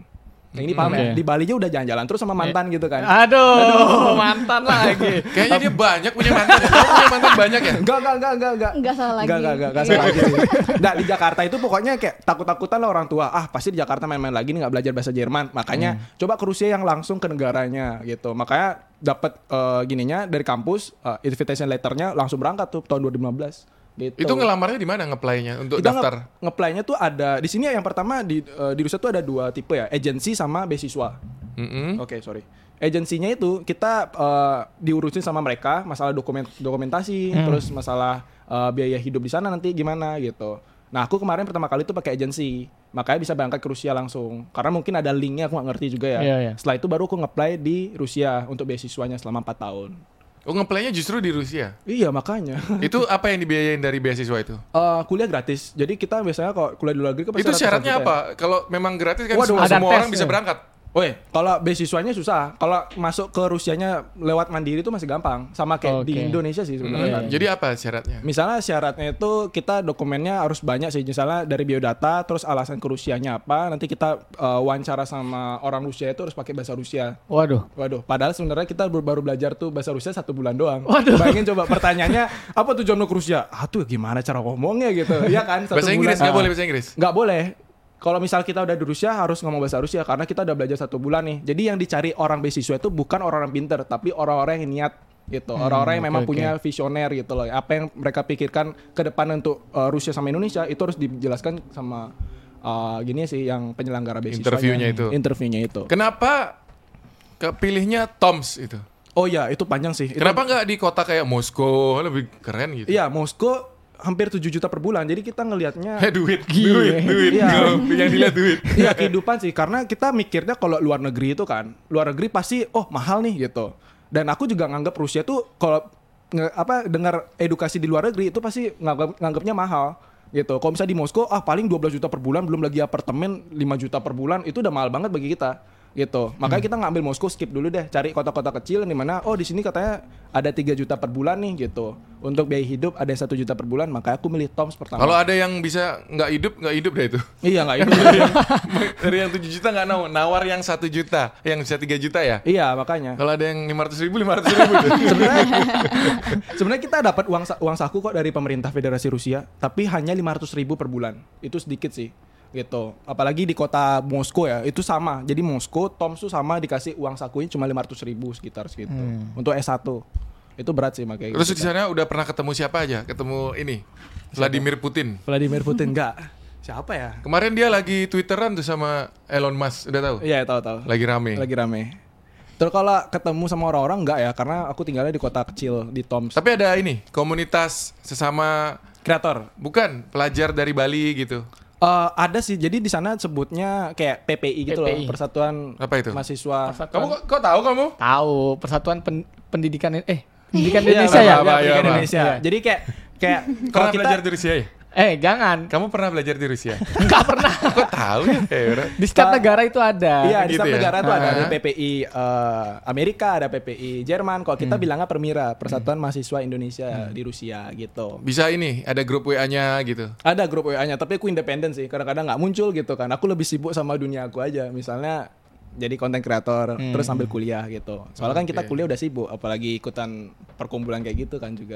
Yang ini paham Oke. ya? Di Bali aja udah jalan-jalan terus sama mantan gitu kan. Aduh, mantan lagi. Kayaknya dia banyak punya mantan. Ya. Kamu punya mantan banyak ya? Enggak, enggak, enggak, enggak, enggak. Nggak salah lagi. Enggak, enggak, enggak, enggak Iya. salah lagi sih. Nggak, di Jakarta itu pokoknya kayak takut-takutan lah orang tua. Ah, pasti di Jakarta main-main lagi nih nggak belajar bahasa Jerman. Makanya coba ke Rusia yang langsung ke negaranya gitu. Makanya dapat eh, gininya dari kampus, eh, invitation letternya langsung berangkat tuh tahun dua ribu lima belas. Gitu. Itu ngelamarnya di mana ngeplaynya untuk Kita daftar? nge- nge-apply-nya tuh ada di sini yang pertama di eh, di Rusia tuh ada dua tipe ya, agency sama beasiswa. Mm-mm. Oke, sorry. Agensinya itu kita eh, diurusin sama mereka masalah dokumen dokumentasi, terus masalah eh, biaya hidup di sana nanti gimana gitu. Nah, aku kemarin pertama kali itu pakai agensi, makanya bisa berangkat ke Rusia langsung. Karena mungkin ada linknya, aku nggak ngerti juga ya. Iya, iya. Setelah itu baru aku nge-apply di Rusia untuk beasiswanya selama empat tahun. Oh ngeplaynya justru di Rusia. Iya, makanya. Itu apa yang dibiayain dari beasiswa itu? Eh, kuliah gratis. Jadi kita biasanya kalau kuliah di luar negeri kan pasti Itu ratusan syaratnya juta ya. apa? Kalau memang gratis kan Waduh, semua, ada semua orang tes bisa ya? berangkat. Woi, kalau beasiswanya susah. Kalau masuk ke Rusianya lewat mandiri itu masih gampang. Sama kayak di Oke. Indonesia sih Hmm, sebenarnya. Jadi apa syaratnya? Misalnya syaratnya itu kita dokumennya harus banyak sih. Misalnya dari biodata, terus alasan ke Rusianya apa. Nanti kita uh, wawancara sama orang Rusia itu harus pakai bahasa Rusia. Waduh. Waduh, padahal sebenarnya kita baru baru belajar tuh bahasa Rusia satu bulan doang. Waduh. Bayangin coba pertanyaannya, apa tujuan lu ke Rusia? Ah tuh gimana cara ngomongnya gitu. Iya kan? Satu Bahasa Inggris bulan. nggak Ah. boleh bahasa Inggris. Nggak boleh. Kalau misal kita udah di Rusia harus ngomong bahasa Rusia karena kita udah belajar satu bulan nih. Jadi yang dicari orang beasiswa itu bukan orang-orang pinter, tapi orang-orang yang niat gitu. Orang-orang yang oke, memang oke. punya visioner gitu loh. Apa yang mereka pikirkan ke depan untuk uh, Rusia sama Indonesia itu harus dijelaskan sama uh, gini sih yang penyelenggara beasiswa. Interviewnya itu. Interviewnya itu. Kenapa kepilihnya Toms itu? Oh iya, itu panjang sih. Itu- Kenapa nggak di kota kayak Moskow lebih keren gitu? Iya, Moskow hampir tujuh juta per bulan. Jadi kita ngelihatnya Eh duit, Gile. duit, duit. Iya. Nggak, yang dilihat duit. iya kehidupan sih, karena kita mikirnya kalau luar negeri itu kan, luar negeri pasti oh mahal nih gitu. Dan aku juga nganggap Rusia tuh kalau nge- apa dengar edukasi di luar negeri itu pasti nganggap nganggapnya mahal gitu. Kalau misalnya di Moskow ah paling dua belas juta per bulan, belum lagi apartemen lima juta per bulan, itu udah mahal banget bagi kita gitu. Makanya kita ngambil Moskow, skip dulu deh, cari kota-kota kecil di mana oh di sini katanya ada tiga juta per bulan nih gitu. Untuk biaya hidup ada satu juta per bulan, makanya aku milih Toms pertama. Kalau ada yang bisa nggak hidup, nggak hidup deh itu. iya nggak itu. Dari yang tujuh juta nggak nawar, nawar yang satu juta, yang bisa tiga juta ya. iya, makanya. Kalau ada yang lima ratus ribu, lima ratus ribu. tuh. Sebenarnya sebenarnya kita dapat uang sa- uang saku kok dari pemerintah Federasi Rusia, tapi hanya lima ratus ribu per bulan. Itu sedikit sih. Gitu. Apalagi di kota Moskow ya, itu sama. Jadi Moskow, Toms tuh sama dikasih uang sakunya cuma lima ratus ribu sekitar segitu. Untuk S satu. Itu berat sih makanya. Terus gitu. di sana udah pernah ketemu siapa aja? Ketemu ini Vladimir Putin. Vladimir Putin enggak. Siapa ya? Kemarin dia lagi twitteran tuh sama Elon Musk, udah tahu? Iya, tahu-tahu. Lagi rame. Lagi rame. Terus kalau ketemu sama orang-orang enggak ya, karena aku tinggalnya di kota kecil di Toms. Tapi ada ini komunitas sesama, Kreator. bukan pelajar dari Bali gitu. Eh, ada sih, jadi di sana sebutnya kayak P P I gitu P P I. loh, Persatuan Apa itu? Mahasiswa. Kamu kok, kok tahu kamu? Tahu Persatuan Pen- Pendidikan eh Pendidikan Iya, Indonesia ya? apa, apa, Pendidikan iya, apa. Indonesia. Iya. Jadi kayak kayak kalau Pernah kita belajar di Rusia ya? Eh, jangan. Kamu pernah belajar di Rusia? Enggak pernah. Kok tahu ya? Eh, udah. Di setiap negara itu ada. Iya, di gitu setiap ya? negara tuh ada, ada Ah. P P I eh, Amerika, ada P P I Jerman. Kalau kita bilangnya Permira, Persatuan Mahasiswa Indonesia di Rusia gitu. Bisa ini, ada grup W A-nya gitu. Ada grup W A-nya, tapi aku independen sih. Kadang-kadang nggak muncul gitu kan. Aku lebih sibuk sama dunia aku aja. Misalnya jadi konten kreator, terus sambil kuliah gitu. Soalnya kan kita Oke. kuliah udah sibuk, apalagi ikutan perkumpulan kayak gitu kan juga.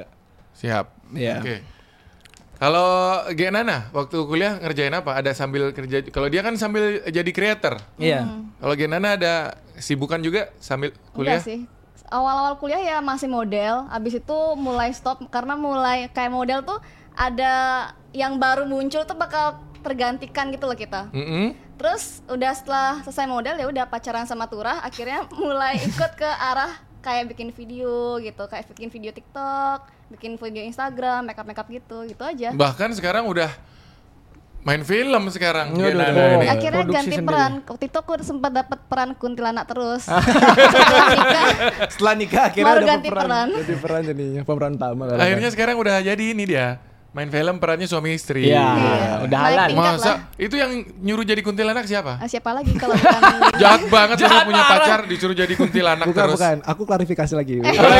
Siap. Iya. Oke. Kalau G Nana waktu kuliah ngerjain apa? Ada sambil kerja. Kalau dia kan sambil jadi creator. Iya. Kalau G Nana ada sibukan juga sambil kuliah? Enggak sih. Awal-awal kuliah ya masih model, abis itu mulai stop karena mulai kayak model tuh ada yang baru muncul tuh bakal tergantikan gitu loh kita. Mm-mm. Terus udah setelah selesai model ya udah pacaran sama Turah, akhirnya mulai ikut ke arah kayak bikin video gitu, kayak bikin video TikTok, bikin video Instagram, makeup makeup gitu, gitu aja. Bahkan sekarang udah main film sekarang. G Waduh, Nana waduh. ini. Akhirnya Produksi ganti sendiri. peran. Waktu itu aku sempat dapat peran kuntilanak terus. Setelah nikah, Setelah nikah akhirnya Baru ada ganti pemeran. peran. Jadi peran jadinya pemeran utama. kadang-kadang. Akhirnya sekarang udah jadi ini dia. Main film perannya suami istri. Iya, Iya. udah Naik halal. tingkat. Masa itu yang nyuruh jadi kuntilanak siapa? ah, siapa lagi kalau bukan Jahat banget udah punya pacar disuruh jadi kuntilanak Bukan, terus. bukan. Aku klarifikasi lagi.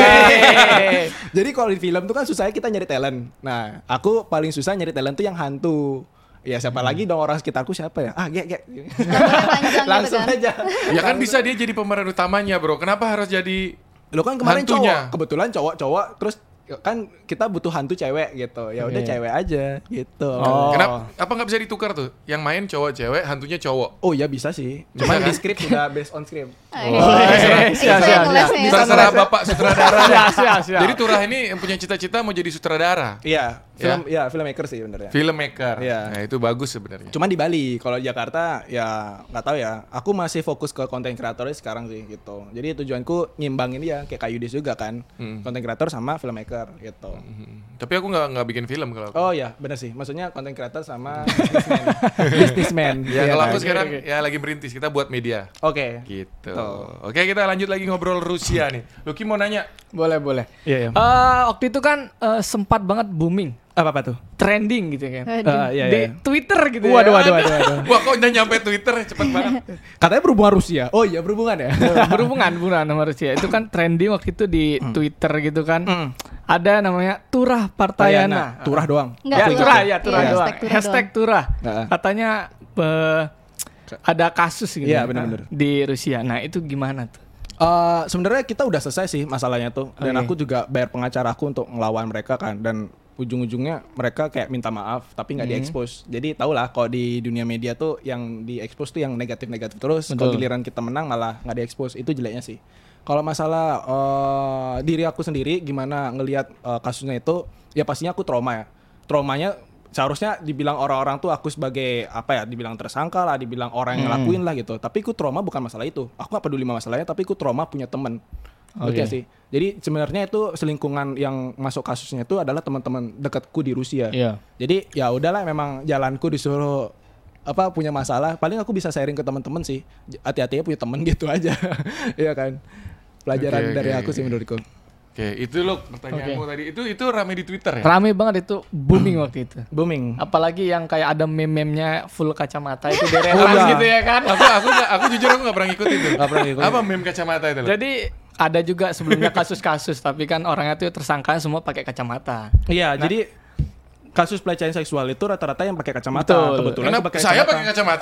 Hey. Jadi kalau di film tuh kan susahnya kita nyari talent. Nah, aku paling susah nyari talent tuh yang hantu. ya siapa lagi dong orang sekitarku siapa ya? Ah, gek gek. Panjang Langsung gitu kan. aja. Ya kan bisa dia jadi pemeran utamanya, Bro. Kenapa harus jadi Lo kan kemarin hantunya? cowok, kebetulan cowok-cowok terus kan kita butuh hantu cewek gitu. Ya udah Iya. cewek aja gitu. Oh. Kenapa? Apa nggak bisa ditukar tuh? Yang main cowok cewek, hantunya cowok. Oh ya bisa sih. Cuman kan? di script sudah based on script. Oh, siap, siap, siap. Terserah Bapak sutradara. Siap, siap, siap. Jadi Turah ini yang punya cita-cita mau jadi sutradara. Iya, film ya filmmaker sih bener ya. Filmmaker. Iya. Nah, itu bagus sebenarnya. Cuman di Bali, kalau di Jakarta ya nggak tahu ya. Aku masih fokus ke konten kreatornya sekarang sih gitu. Jadi tujuanku nyimbangin dia kayak Kak Yudis juga kan, konten kreator sama filmmaker gitu. Hmm. Tapi aku nggak nggak bikin film kalau aku. Oh ya bener sih, maksudnya konten kreator sama businessman. Businessman. Ya Iya kalau kan? aku sekarang ya lagi merintis, kita buat media. Oke. Gitu. Tuh. Oke, kita lanjut lagi ngobrol Rusia nih. Lucky mau nanya. Boleh, boleh. Iya, iya. Eh, waktu itu kan eh, sempat banget booming, Apa apa tuh? trending gitu kan. Aduh. Eh, iya, Di iya. Twitter gitu Waduh, ya. waduh, waduh, waduh. Wah, kok udah nyampe Twitter cepet banget. Katanya berhubungan Rusia. Oh iya berhubungan ya. Berhubungan, berhubungan sama Rusia. Itu kan trending waktu itu di Twitter gitu kan. Hmm. Ada namanya Turah Partayana. Turah doang. Enggak, Ya, Turah. Turah, ya Turah Iya, doang. hashtag Turah Hashtag Turah. Heeh. Katanya eh, ada kasus gitu Iya, ya, benar-benar. di Rusia. Nah, itu gimana tuh? Eh, sebenarnya kita udah selesai sih masalahnya tuh, dan Oke. aku juga bayar pengacara aku untuk ngelawan mereka kan, dan ujung-ujungnya mereka kayak minta maaf tapi nggak diekspos. Jadi tau lah kalau di dunia media tuh yang diekspos tuh yang negatif-negatif terus. Kalau Betul. giliran kita menang malah nggak diekspos, itu jeleknya sih. Kalau masalah eh, diri aku sendiri gimana ngelihat eh, kasusnya itu, ya pastinya aku trauma ya. Traumanya seharusnya dibilang orang-orang tuh aku sebagai apa ya, dibilang tersangka lah, dibilang orang yang ngelakuin lah gitu. Tapi aku trauma bukan masalah itu. Aku gak peduli sama masalahnya, tapi aku trauma punya temen. Oke Oke. sih. Jadi sebenarnya itu selingkungan yang masuk kasusnya itu adalah teman-teman dekatku di Rusia. Iya. Jadi ya udahlah, memang jalanku disuruh apa punya masalah. Paling aku bisa sharing ke teman-teman sih. Hati-hati ya punya temen gitu aja. Iya kan. Pelajaran Oke, dari oke, aku sih oke. menurutku. Oke, itu loh pertanyaanmu tadi. Itu itu rame di Twitter ya? Rame banget itu, booming waktu itu. Booming. Apalagi yang kayak ada meme-memnya full kacamata itu Oh, deretan iya. gitu ya kan. aku aku nggak- aku jujur aku nggak pernah ngikutin itu. Nggak pernah ngikutin. Apa meme kacamata itu loh? Jadi ada juga sebelumnya kasus-kasus, tapi kan orangnya tuh tersangka semua pakai kacamata. Iya, jadi kasus pelecehan seksual itu rata-rata yang pakai kacamata. Betul. Kebetulan Karena aku pakai saya kacamata. pakai kacamata.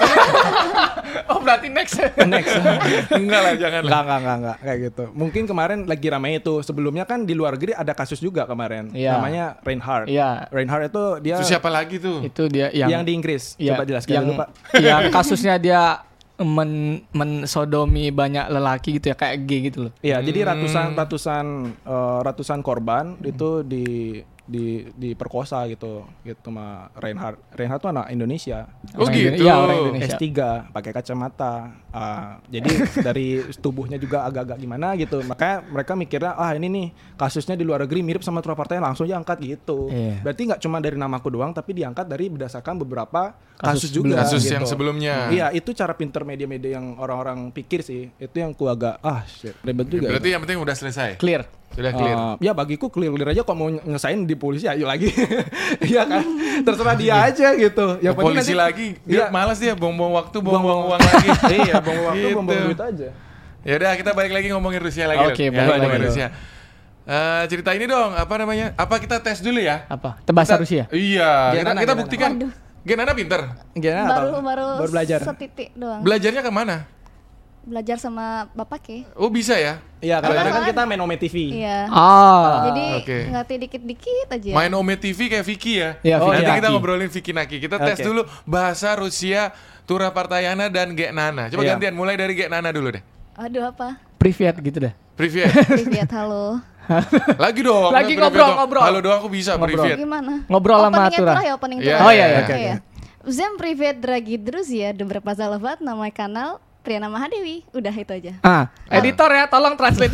Oh berarti next. Next. Enggak lah, jangan lah. Enggak, enggak, enggak, enggak, kayak gitu. Mungkin kemarin lagi ramai itu. Sebelumnya kan di luar negeri ada kasus juga kemarin. Iya. Namanya Reinhardt. Iya. Reinhardt itu dia Itu siapa lagi tuh? Itu dia yang yang, di Inggris. Iya, Coba jelaskan yang, dulu, Pak. Yang kasusnya dia men mensodomi banyak lelaki gitu ya, kayak gay gitu loh. Iya, jadi Hmm. ratusan ratusan eh, ratusan korban itu di di diperkosa gitu gitu sama Reinhardt. Reinhardt tuh anak Indonesia. Oh Orang gitu. Indonesia- iya, orang Indonesia. S tiga pakai kacamata. Ah, jadi dari tubuhnya juga agak-agak gimana gitu. Makanya mereka mikirnya ah ini nih kasusnya di luar negeri mirip sama Turah Partayana, langsung aja angkat gitu. Iya. Berarti nggak cuma dari namaku doang, tapi diangkat dari berdasarkan beberapa kasus, Kasus juga. Kasus gitu. yang sebelumnya. Iya, itu cara pinter media-media yang orang-orang pikir sih. Itu yang ku agak ah shit, ribet juga. Berarti itu. yang penting udah selesai. Clear. Sudah clear. Uh, ya bagiku clear-clear aja, kok mau ngesain di polisi ayo lagi. Iya kan? Terserah dia aja gitu. Yang Ke penting polisi nanti- lagi, dia Iya. malas dia buang-buang waktu, Buang-buang buang-buang uang lagi. Iya, buang waktu, Gitu. buang duit aja. Ya udah, kita balik lagi ngomongin Rusia lagi. Oke, Dok. Ya, balik ngomongin lagi. Rusia. Eh, cerita ini dong, apa namanya? Apa kita tes dulu ya? Apa? Bahasa Kita- Rusia. Iya, kita, Gimana, kita gimana? buktikan. Waduh. Genana pinter. Gimana baru atau- baru baru belajar. setitik doang. Belajarnya kemana? Belajar sama bapak ke. Oh bisa ya? Iya, kadang-kadang kan Kan- kita main Ome T V. Iya. Ah. Jadi oke. ngerti dikit-dikit aja. Main Ome T V kayak Vicky ya? Iya, Oh, Nanti iya. kita Vicky. ngobrolin Vicky Naki. Kita tes Oke. dulu bahasa Rusia, Turah Partayana dan Gek Nana. Coba Iya. gantian, mulai dari Gek Nana dulu deh. Aduh apa? Privet gitu dah. Privet. Privet, halo. Lagi dong. Lagi privet ngobrol, dong. ngobrol. Halo doang aku bisa Ngobrol. privet. Gimana? Ngobrol sama Openingnya Turah. Turah ya, opening Iya, Turah. Oh, iya, iya, Oke, oke, ya. Всем привет, дорогие друзья. Добро пожаловать на мой канал Priyana Mahadewi. Udah itu aja. Ah, editor ya, tolong translate.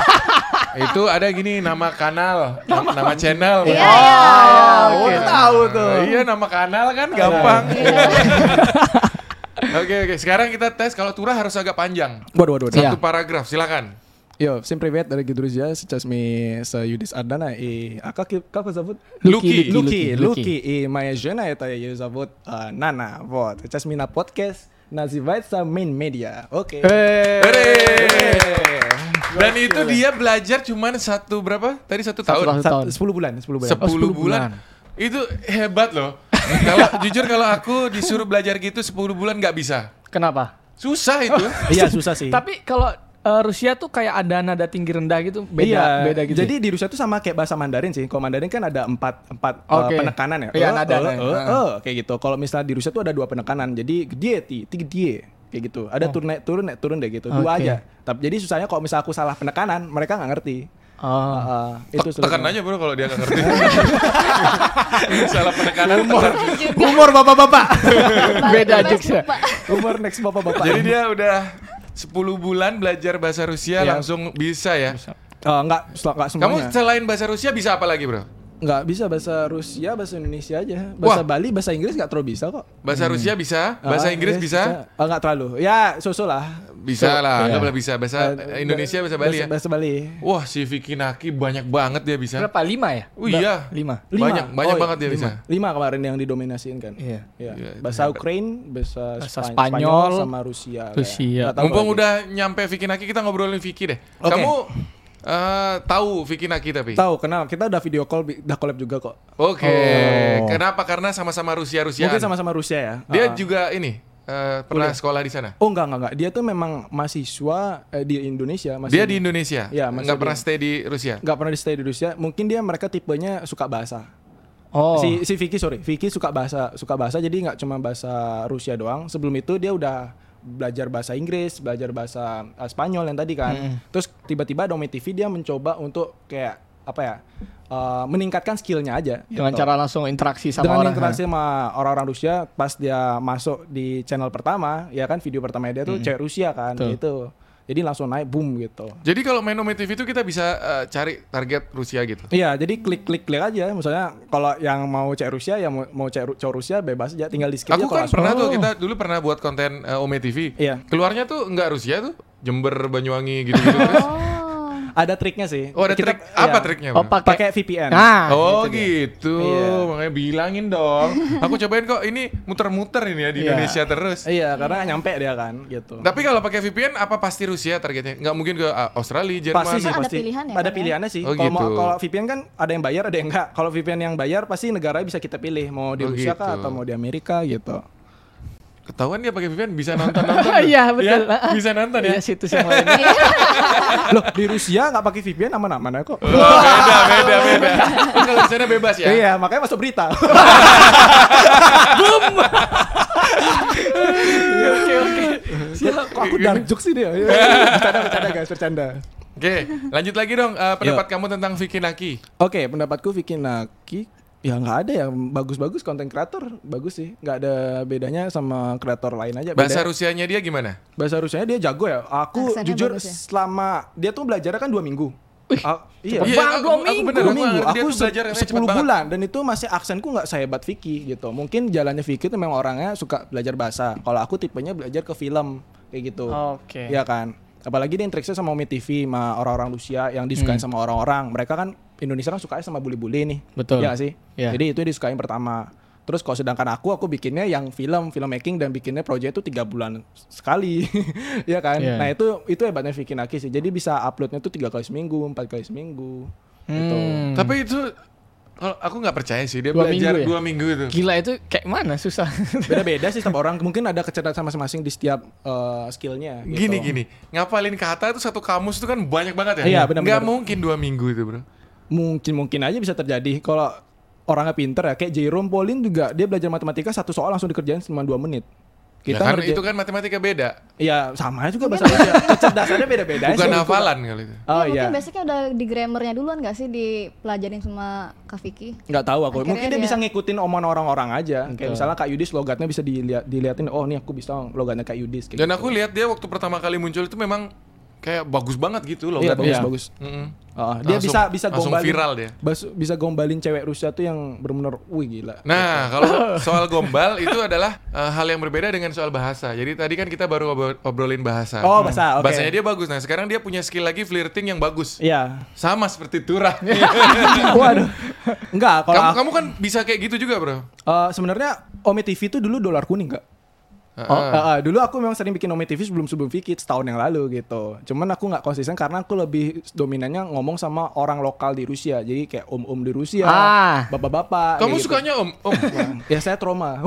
Itu ada gini nama kanal, nama, nama channel. Iya, Oh, iya. Oh, Oke. tahu tuh. Iya, nama kanal kan gampang. Iya. Oke, oke. Sekarang kita tes kalau Turah harus agak panjang. Waduh, waduh, waduh. Iya. Satu paragraf, silakan. Jo, всем привет, дорогие друзья. Сейчас мы с Юдис Ардана и... А как, как вас зовут? Lucky. Луки, Луки. Луки. И моя жена, это ее зовут а, Нана. Вот. Сейчас мы на подкаст. Называется Main Media. Oke. Eh. Hore. Dan itu dia belajar cuman satu berapa? Tadi satu tahun. tahun. Satu- sepuluh bulan, sepuluh bulan. Sepuluh sepuluh bulan. bulan. Itu hebat loh. Kalau jujur kalau aku disuruh belajar gitu sepuluh bulan nggak bisa. Kenapa? Susah itu. Iya susah sih. Tapi kalau uh, Rusia tuh kayak ada nada tinggi rendah gitu, beda iya, beda gitu. Jadi di Rusia tuh sama kayak bahasa Mandarin sih. Kalau Mandarin kan ada empat empat Oke. uh, penekanan ya. Iya, Eh, nada, eh, nada. eh, Heeh. eh, kayak gitu. Kalau misalnya di Rusia tuh ada dua penekanan. Jadi gede ti, ti gede kayak gitu. Ada turun naik turun naik turun deh gitu. Dua Oke. aja. Tapi jadi susahnya kalau misalnya aku salah penekanan, mereka nggak ngerti. Oh. Uh, itu Tek- Tekan aja bro kalau dia nggak ngerti. Salah penekanan. Humor, tekan. humor bapak-bapak. Beda Balik jokes ya. Pak. Humor next bapak-bapak. Jadi dia udah sepuluh bulan belajar bahasa Rusia Iya. langsung bisa ya. Uh, nggak, nggak Kamu semuanya. selain bahasa Rusia bisa apa lagi bro? Nggak bisa bahasa Rusia, bahasa Indonesia aja. Bahasa Wah. Bali, bahasa Inggris nggak terlalu bisa kok. Bahasa Rusia bisa, bahasa Ah, Inggris bisa, Oh, nggak terlalu. Ya, so-so lah. bisa So- lah, iya. anggaplah bisa. Bahasa Eh, Indonesia, bahasa Bali ya. Bahasa Bali. Wah si Vicky Naki banyak banget dia bisa. Berapa? Lima ya? Oh iya, Lima. Lima. banyak banyak Oh, banget dia lima. bisa. Lima kemarin yang didominasiin kan. Iya. Iya. Iya, itu Bahasa hebat. Ukraine, bahasa, Bahasa Span- Spanyol, sama Rusia. kayak. Rusia. Nggak tahu Mumpung lagi. udah nyampe Vicky Naki kita ngobrolin Vicky deh. Oke. Kamu eh, tahu Vicky Naki tapi? Tahu, kenal. Kita udah video call, bi- udah collab juga kok. Oke. Oh. Kenapa? Karena sama-sama Rusia-Rusia. Mungkin sama-sama Rusia ya. Dia Ah. juga ini eh, pernah Kuliah. sekolah di sana. Oh enggak, enggak, enggak. Dia tuh memang mahasiswa eh, di Indonesia. Masih Dia di Indonesia. Iya, masih nggak di- pernah stay di Rusia. Nggak pernah di stay di Rusia. Mungkin dia mereka tipenya suka bahasa. Oh. Si si Vicky sorry, Vicky suka bahasa, suka bahasa jadi nggak cuma bahasa Rusia doang. Sebelum itu dia udah belajar bahasa Inggris, belajar bahasa uh, Spanyol yang tadi kan. Terus tiba-tiba Domi T V dia mencoba untuk kayak apa ya? uh, meningkatkan skillnya aja. Dengan gitu. cara langsung interaksi sama Dengan orang. interaksi sama orang-orang Rusia pas dia masuk di channel pertama, ya kan video pertama dia tuh cewek Rusia kan, Betul. gitu. Jadi langsung naik boom gitu. Jadi kalau main Ome T V itu kita bisa eh, cari target Rusia gitu. Iya, jadi klik-klik klik aja. Misalnya kalau yang mau cewek Rusia, yang mau, mau cewek cowok Rusia bebas aja, tinggal di skip Aku aja. kan kalau pernah langsung. tuh, kita dulu pernah buat konten eh, Ome T V. Iya. Keluarnya tuh nggak Rusia tuh, Jember, Banyuwangi gitu-gitu. Terus, Oh. Ada triknya sih. oh ada Kita- trik, apa iya. triknya? Oh, Bro? pakai Pakai V P N. Nah, Oh itu dia. gitu, Iya. makanya bilangin dong. Aku cobain kok, ini muter-muter ini ya di Iya. Indonesia terus. Iya, karena nyampe dia kan, gitu. Tapi kalau pakai V P N apa pasti Rusia targetnya? Nggak mungkin ke ah, Australia, Jerman. Pasti sih, Ada pasti. pilihan ya, Ada kan, ya? pilihannya sih. Oh, Kalau mau- gitu. kalau V P N kan ada yang bayar, ada yang enggak. Kalau V P N yang bayar pasti negara bisa kita pilih mau di Oh, Rusia kah gitu. atau mau di Amerika gitu. Ketahuan dia pakai V P N bisa nonton-nonton. Iya, betul. Ya, bisa nonton ya. Iya, situs yang lain. Loh, di Rusia nggak pakai V P N aman-aman ya kok. Oh, beda, beda, beda. Kan kalau di sana bebas ya. Iya, makanya masuk berita. Oke, oke. Siapa? Kok aku dark jokes sih dia? Bercanda, bercanda guys, bercanda. Oke, lanjut lagi dong eh, pendapat kamu tentang Vicky Naki. Oke, pendapatku Vicky Naki ya nggak ada yang bagus-bagus konten kreator bagus sih, nggak ada bedanya sama kreator lain aja. Bahasa Beda- Rusianya dia gimana? bahasa Rusianya dia jago ya. Aku Aksennya jujur bagus ya? selama dia tuh belajarnya kan dua minggu. Ah, iya. cepet Iya, banget, aku- dua aku minggu. bener, Dua aku minggu, ngerti dia aku tuh belajarnya cepet sepuluh banget. bulan dan itu masih aksenku nggak sehebat Vicky gitu. Mungkin jalannya Vicky itu memang orangnya suka belajar bahasa. Kalau aku tipenya belajar ke film kayak gitu. Oke. Iya kan. Apalagi dia interaksi sama Ome T V, sama orang-orang Rusia yang disukain Hmm. sama orang-orang. Mereka kan Indonesia kan sukanya sama bully-bully nih. Betul. Iya nggak sih? Iya. Jadi itu yang disukain pertama. Terus kalau sedangkan aku, aku bikinnya yang film, filmmaking dan bikinnya project itu tiga bulan sekali, ya kan? Iya. Nah itu itu hebatnya Vicky Naki sih. Jadi bisa uploadnya tuh tiga kali seminggu, empat kali seminggu, gitu. Hmm. Tapi itu kalau aku nggak percaya sih dia Dua belajar minggu ya? dua minggu itu. Gila itu kayak mana susah. Beda-beda sih setiap orang. Mungkin ada kecerdasan masing-masing di setiap uh, skillnya. Gitu. Gini gini, ngapalin kata itu satu kamus itu kan banyak banget ya. Iya, benar-benar. Nggak mungkin dua minggu itu bro. Mungkin mungkin aja bisa terjadi. Kalau orangnya pinter ya, kayak Jerome Pauline juga dia belajar matematika satu soal langsung dikerjain cuma dua menit. Ya kan ngerja- itu kan matematika beda, Iya sama juga bahasa Rusia. Kecerdasannya beda-beda. bukan sih. hafalan kali itu. Oh Iya, iya. mungkin basicnya udah di grammarnya duluan gak sih dipelajarin sama Kak Vicky? Nggak tahu aku. Akhirnya Mungkin dia dia- bisa ngikutin omongan orang-orang aja. Betul. Kayak misalnya Kak Yudis logatnya bisa dilihat diliatin. Oh nih aku bisa logatnya Kak Yudis. Kayak Dan gitu. aku lihat dia waktu pertama kali muncul itu memang kayak bagus banget gitu loh. Iya kan. bagus Iya. bagus. Mm-mm. Oh, dia Langsung- bisa bisa langsung gombalin. viral dia. bas- bisa gombalin cewek Rusia tuh yang benar-benar wih gila. Nah, kalau soal gombal itu adalah uh, hal yang berbeda dengan soal bahasa. Jadi tadi kan kita baru obro- obrolin bahasa. Oh, bahasa, oke. Bahasanya dia bagus. Nah, sekarang dia punya skill lagi flirting yang bagus. Iya. Sama seperti Turah. Waduh. Enggak, kalau kamu, aku- kamu kan bisa kayak gitu juga, Bro. Eh, sebenarnya Ome T V itu dulu dolar kuning enggak? Oh, Uh, uh, dulu aku memang sering bikin Ome T V sebelum sebelum Viki setahun yang lalu gitu. Cuman aku nggak konsisten karena aku lebih dominannya ngomong sama orang lokal di Rusia. Jadi kayak om-om di Rusia, Ah. bapak-bapak. Kamu kayak gitu. sukanya om? Om. Ya saya trauma.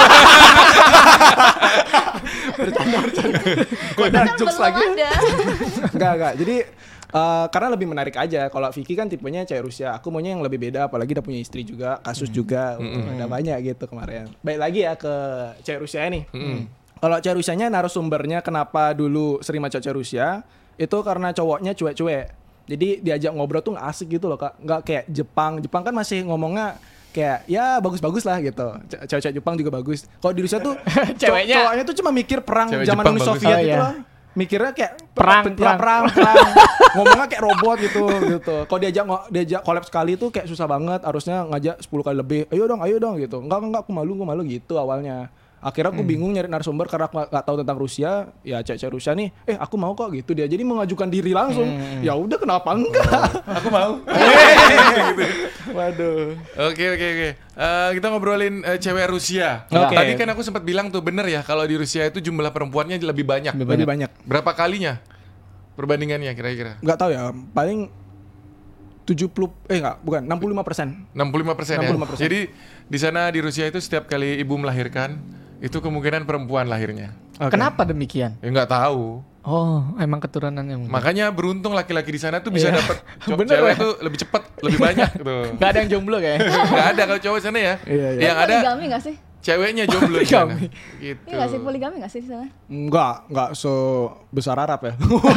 Bercanda bercanda. Kok ada Kan jokes belum lagi? ada. Enggak enggak. Jadi uh, karena lebih menarik aja. Kalau Vicky kan tipenya cewek Rusia. Aku maunya yang lebih beda. Apalagi udah punya istri juga, kasus juga. Uh, ada banyak gitu kemarin. Baik lagi ya ke cewek Rusia nih. Kalau cewek Rusianya narasumbernya kenapa dulu sering sama cewek Rusia itu karena cowoknya cuek-cuek. Jadi diajak ngobrol tuh nggak asik gitu loh kak. Nggak kayak Jepang. Jepang kan masih ngomongnya kayak ya bagus-bagus lah gitu. Ce- Cewek-cewek Jepang juga bagus. Kalau di Rusia tuh Ceweknya- cow- cowoknya tuh cuma mikir perang Cewek zaman Jepang Uni bagus. Soviet Oh, gitu iya. loh. Mikirnya kayak Perang, ya, perang. perang, perang. Ngomongnya kayak robot gitu gitu. Kalau diajak ngo- diajak collab sekali tuh kayak susah banget. Harusnya ngajak sepuluh kali lebih. Ayo dong, ayo dong gitu. Enggak enggak aku malu, aku malu gitu awalnya. Akhirnya aku bingung nyari narasumber karena aku nggak tahu tentang Rusia. Ya cewek-cewek Rusia nih, eh aku mau kok gitu dia. Jadi mengajukan diri langsung. Ya udah kenapa enggak? Aku mau. Waduh. Oke oke oke. Eh, kita ngobrolin eh, cewek Rusia. Oke. Tadi kan aku sempat bilang tuh bener ya kalau di Rusia itu jumlah perempuannya lebih banyak. Lebih banyak. Berapa kalinya perbandingannya kira-kira? Enggak tahu ya, paling tujuh puluh eh enggak, bukan enam puluh lima persen. enam puluh lima persen ya. enam puluh lima persen. Jadi di sana di Rusia itu setiap kali ibu melahirkan itu kemungkinan perempuan lahirnya. Kenapa demikian? Ya nggak tahu. Oh, emang keturunannya mungkin. Makanya beruntung laki-laki di sana tuh bisa Iya. dapat co- Bener cewek ya? tuh lebih cepat, lebih banyak gitu. Gak ada yang jomblo kayak. Nggak ada kalau cowok sana ya. Iya, iya. Yang ada Poligami nggak sih? ceweknya jomblo di sana. Poligami. Gitu. Iya nggak sih poligami nggak sih di sana? Enggak, enggak sebesar Arab ya.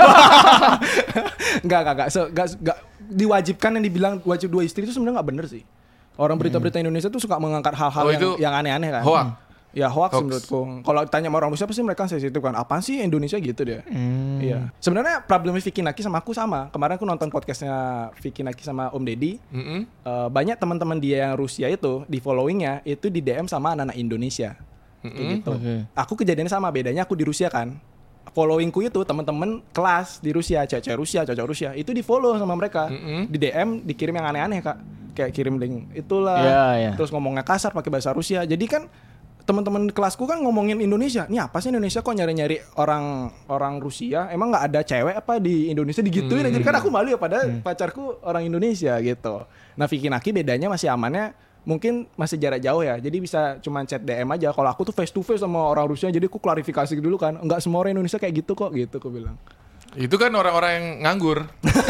Enggak, enggak, enggak, se- enggak, enggak diwajibkan yang dibilang wajib dua istri itu sebenarnya enggak bener sih. Orang berita-berita Indonesia tuh suka mengangkat hal-hal Oh, yang, itu yang aneh-aneh kan. hoax? Ya hoax, Hoax. menurutku. Kalau tanya sama orang Rusia pasti mereka sensitif kan. Apaan sih Indonesia gitu dia. Iya. Sebenarnya problemnya Vicky Naki sama aku sama. Kemarin aku nonton podcastnya Vicky Naki sama Om Deddy. Mm-mm. Eh, banyak teman-teman dia yang Rusia itu di followingnya itu di D M sama anak-anak Indonesia. Kayak gitu. Oke. Aku kejadiannya sama, bedanya aku di Rusia kan. Followingku itu teman-teman kelas di Rusia, cewek-cewek Rusia, cowok Rusia, itu di follow sama mereka. Mm-mm. Di D M dikirim yang aneh-aneh kak, kayak kirim link itulah. Iya, iya. Terus ngomongnya kasar pakai bahasa Rusia. Jadi kan teman-teman kelasku kan ngomongin Indonesia. Ini apa sih Indonesia kok nyari-nyari orang orang Rusia? Emang nggak ada cewek apa di Indonesia digituin? Hmm. Jadi kan aku malu ya padahal pacarku orang Indonesia gitu. Nah Vicky Naki bedanya masih amannya mungkin masih jarak jauh ya. Jadi bisa cuma chat D M aja. Kalau aku tuh face to face sama orang Rusia jadi aku klarifikasi dulu kan. Enggak semua orang Indonesia kayak gitu kok gitu aku bilang. Itu kan orang-orang yang nganggur.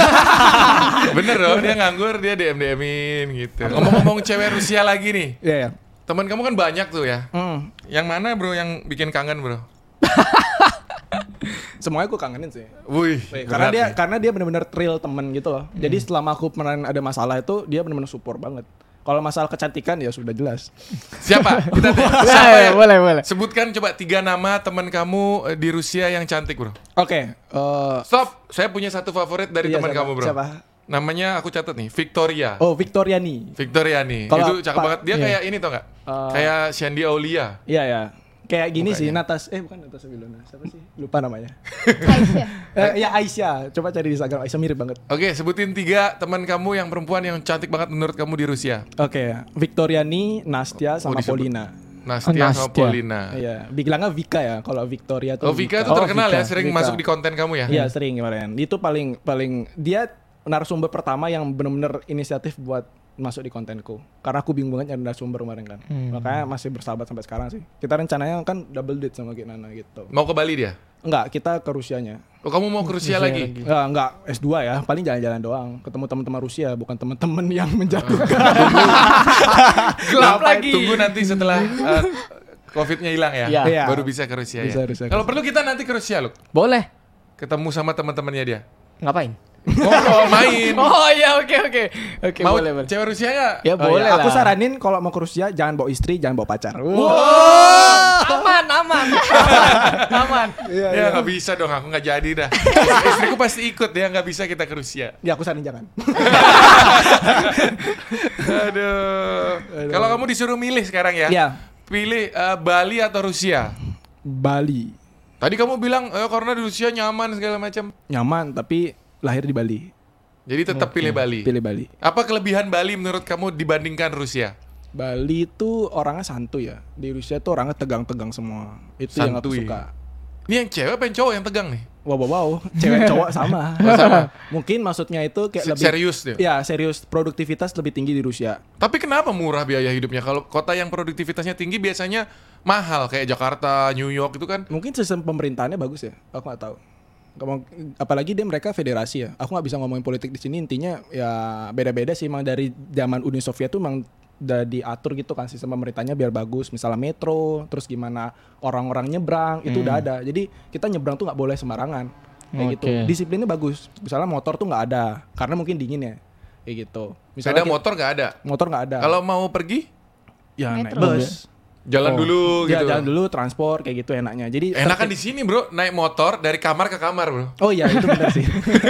Bener dong, dia nganggur, dia D M D M-in gitu. Ngomong-ngomong cewek Rusia lagi nih. Iya ya. Teman kamu kan banyak tuh ya. Hmm. Yang mana bro yang bikin kangen bro? Semuanya aku kangenin sih. Wih, Karena berat dia nih. karena dia benar-benar real temen gitu loh. Jadi selama aku pernah ada masalah itu dia benar-benar support banget. Kalau masalah kecantikan ya sudah jelas. Siapa? Kita tanya. Ya, Siapa ya, ya? boleh, boleh. Sebutkan coba tiga nama teman kamu eh, di Rusia yang cantik bro. Oke, eh, Stop, saya punya satu favorit dari iya, teman siapa? kamu bro. Siapa? Namanya aku catat nih, Victoria. Oh, Victoriani. Victoriani. Kalau Itu cakep Pak- banget. Dia iya. kayak ini tau nggak? Eh, kayak Shandy Aulia. Iya ya. Kayak gini Mukanya. sih, Natas eh bukan Natasha Wilona. Siapa sih? Lupa namanya. Aisyah. eh, ya Aisyah. Coba cari di Instagram Aisyah mirip banget. Oke, sebutin tiga teman kamu yang perempuan yang cantik banget menurut kamu di Rusia. Oke, Victoriani, Nastia sama disebut. Paulina. Nastia sama Nastia. Paulina. Iya, dibilangnya Vika ya. Kalau Victoria tuh Oh, Vika itu Oh, terkenal Vika. ya, sering Vika. masuk di konten kamu ya? Iya, sering kemarin. Itu paling paling dia narasumber pertama yang benar-benar inisiatif buat masuk di kontenku. Karena aku bingung banget nyari narasumber kemarin kan. Makanya masih bersahabat sampai sekarang sih. Kita rencananya kan double date sama Gek Nana gitu. Mau ke Bali dia? Enggak, kita ke Rusianya. Oh, kamu mau ke Rusia lagi? Enggak, enggak S dua ya, paling jalan-jalan doang. Ketemu teman-teman Rusia, bukan teman-teman yang menjatuhkan. Gelap Apa- lagi. Tunggu nanti setelah uh, COVID-nya hilang ya, Iya. Iya. baru bisa ke Rusia Bisa, ya. bisa, Kalau bisa. perlu kita nanti ke Rusia loh, Boleh. ketemu sama teman-temannya dia. Ngapain? Ngobrol, main. Oh iya, oke oke. Oke, Mau boleh, boleh. cewek Rusia nggak? Ya Oh, boleh iya. lah. Aku saranin kalau mau ke Rusia jangan bawa istri, jangan bawa pacar. Oh, aman, aman. aman. Iya, Ya nggak bisa dong, aku nggak jadi dah. Istriku pasti ikut ya, nggak bisa kita ke Rusia. Ya aku saranin jangan. Aduh. Kalau kamu disuruh milih sekarang ya, Iya. pilih eh, Bali atau Rusia? Bali. Tadi kamu bilang eh, karena di Rusia nyaman segala macam. Nyaman tapi lahir di Bali. Jadi tetap pilih Bali. Pilih Bali. Apa kelebihan Bali menurut kamu dibandingkan Rusia? Bali tuh orangnya santuy ya. Di Rusia tuh orangnya tegang-tegang semua. Itu yang aku Santuy. suka. Ini yang cewek apa yang cowok yang tegang nih? Wow, wow, wow. Cewek cowok sama. Mungkin maksudnya itu kayak Se- lebih serius dia? Ya, serius. Produktivitas lebih tinggi di Rusia. Tapi kenapa murah biaya hidupnya? Kalau kota yang produktivitasnya tinggi biasanya mahal kayak Jakarta, New York itu kan. Mungkin sistem pemerintahannya bagus ya. Aku nggak tahu. Ngomong- Apalagi dia mereka federasi ya. Aku nggak bisa ngomongin politik di sini. Intinya ya beda-beda sih. Emang dari zaman Uni Soviet tuh emang udah diatur gitu kan sistem pemerintahnya biar bagus. Misalnya metro, terus gimana orang-orang nyebrang itu udah ada. Jadi kita nyebrang tuh nggak boleh sembarangan kayak gitu. Oke. Disiplinnya bagus. Misalnya motor tuh nggak ada karena mungkin dingin ya kayak gitu. Sepeda Misalnya kayak- motor nggak ada. motor nggak ada. Kalau mau pergi, ya naik Metro. bus. jalan Oh. dulu Ya, gitu. jalan dulu transport kayak gitu enaknya. Jadi Enakan di sini bro, naik motor dari kamar ke kamar bro. Oh iya itu benar sih.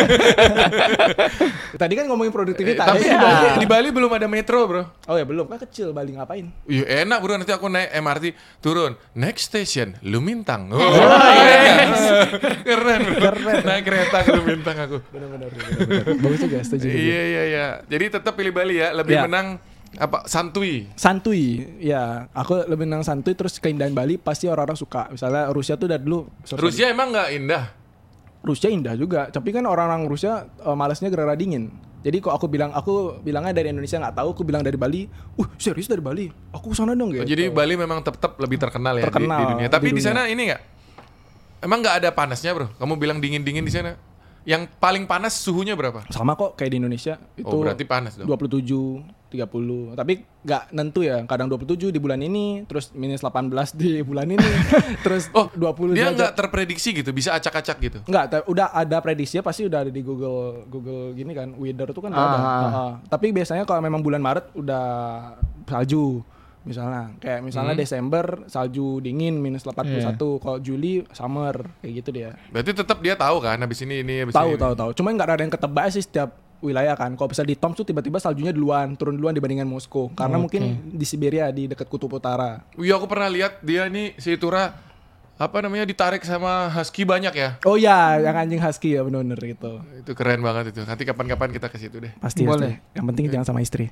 Tadi kan ngomongin Eh, produktivitas. tapi di Ya. Bali, di Bali belum ada metro bro. Oh ya belum kan kecil Bali ngapain? Iya enak bro, nanti aku naik M R T turun next station Lumintang. Oh, keren, keren bro. Naik kereta ke Lumintang aku. Benar-benar. Bagus juga setuju. setuju. Iya iya iya. Jadi tetap pilih Bali ya, lebih Iya. menang apa santuy. Santuy, ya aku lebih senang santuy terus keindahan Bali pasti orang-orang suka. Misalnya Rusia tuh dari dulu. sorry, Rusia emang nggak indah. Rusia indah juga, tapi kan orang-orang Rusia uh, malasnya gara-gara dingin. Jadi kok aku bilang aku bilangnya dari Indonesia nggak tahu, aku bilang dari Bali. Uh serius dari Bali? Aku sana dong Oh, gitu. jadi Bali memang tetap lebih terkenal ya di- Terkenal di, dunia. Tapi di di, dunia. sana ini nggak? Emang nggak ada panasnya bro? Kamu bilang dingin-dingin di sana. Yang paling panas suhunya berapa? Sama kok kayak di Indonesia. Itu Oh berarti panas dong. dua puluh tujuh, tiga puluh. Tapi nggak nentu ya. Kadang dua puluh tujuh di bulan ini, terus minus delapan belas di bulan ini, terus Oh dua puluh dia derajat. nggak terprediksi gitu, bisa acak-acak gitu. Enggak, te- udah ada prediksinya pasti udah ada di Google Google gini kan, weather tuh kan udah ada. Ah. Heeh. Tapi biasanya kalau memang bulan Maret udah salju. Misalnya kayak misalnya Hmm. Desember salju dingin minus delapan puluh satu, kalau Juli summer kayak gitu dia. Berarti tetap dia tahu kan habis ini ini habis ini. Tahu ini. tahu tahu. Cuma nggak ada yang ketebak sih setiap wilayah kan. Kalau bisa di Tomsk tuh tiba-tiba saljunya duluan, turun duluan dibandingkan Moskow. Karena mungkin di Siberia di dekat kutub utara. Iya aku pernah lihat dia nih si Tura apa namanya ditarik sama husky banyak ya. Oh ya, yang anjing husky ya benar-benar gitu. Itu keren banget itu. Nanti kapan-kapan kita ke situ deh. Pasti Boleh. pasti. Yang penting jangan sama istri.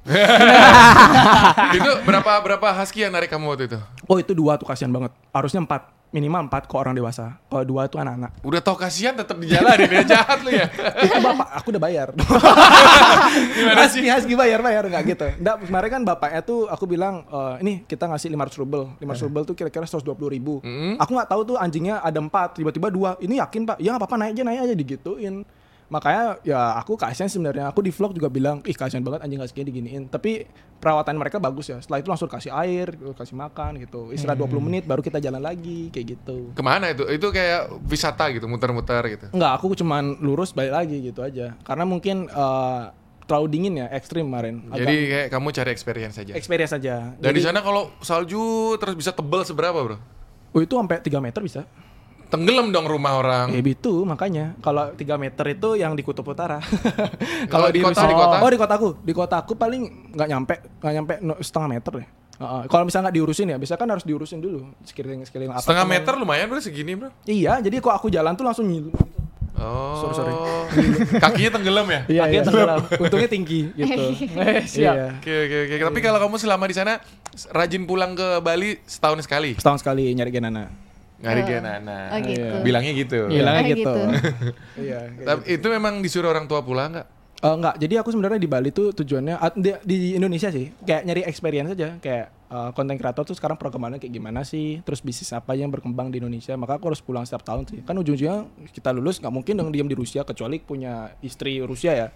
Itu berapa berapa husky yang narik kamu waktu itu? Oh itu dua tuh kasihan banget. Harusnya empat, minimal empat kok orang dewasa. Kalau dua tuh anak-anak. Udah tau kasihan tetap di jalan dia jahat lu ya. Itu bapak, aku udah bayar. Gimana sih? Husky, husky bayar bayar nggak gitu. Nggak, kemarin kan bapaknya tuh aku bilang e, ini kita ngasih lima ratus rubel. lima ratus rubel tuh kira-kira seratus dua puluh ribu. Mm. Aku nggak tahu tuh anjingnya ada empat, tiba-tiba dua. Ini yakin pak? Ya nggak apa-apa naik aja naik aja digituin. Makanya ya aku kasihan sebenarnya. Aku di vlog juga bilang, ih kasihan banget anjing husky diginiin. Tapi perawatan mereka bagus ya. Setelah itu langsung kasih air, kasih makan gitu. Istirahat dua puluh menit baru kita jalan lagi kayak gitu. Kemana itu? Itu kayak wisata gitu, muter-muter gitu. Enggak, aku cuman lurus balik lagi gitu aja. Karena mungkin eh, terlalu dingin ya, ekstrim kemarin. Agak Jadi kayak kamu cari experience saja. experience aja. Dan di Jadi- sana kalau salju terus bisa tebal seberapa bro? Oh itu sampai tiga meter bisa. Tenggelam dong rumah orang. Ya itu makanya. Kalau tiga meter itu yang di kutub utara. Kalau di kota, Rusia- di kota? Oh di kotaku. Di kotaku paling nggak nyampe, nggak nyampe no- setengah meter deh. Heeh. Kalau misalnya nggak diurusin ya, biasa kan harus diurusin dulu sekeliling sekeliling apa. Setengah meter lumayan bro segini bro. Iya, jadi kok aku jalan tuh langsung nyilu. Oh. Sorry, sorry. Kakinya tenggelam ya? Iya, iya. Untungnya tinggi gitu. Eh, siap. Iya. Oke oke oke. Tapi kalau kamu selama di sana rajin pulang ke Bali setahun sekali. Setahun sekali nyari Genana. Ngari Oh. Genana. Oh gitu. Bilangnya gitu. Bilangnya Oh, gitu. gitu. Iya. kayak Tapi itu memang disuruh orang tua pulang nggak? Eh, enggak, jadi aku sebenarnya di Bali tuh tujuannya ah, di, di Indonesia sih, kayak nyari experience aja, kayak konten kreator tuh sekarang perkembangannya kayak gimana sih, terus bisnis apa yang berkembang di Indonesia, maka aku harus pulang setiap tahun sih. Kan ujung-ujungnya kita lulus nggak mungkin dong diam di Rusia kecuali punya istri Rusia ya.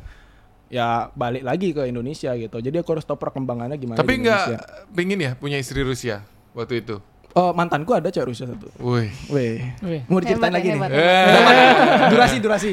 Ya balik lagi ke Indonesia gitu. Jadi aku harus tahu perkembangannya gimana Tapi di nggak Indonesia. pingin ya punya istri Rusia waktu itu? Oh, mantanku ada cewek Rusia satu. Woi. Weh. Wih. Mau diceritain Hebat, lagi hebat, nih. Eh. durasi durasi.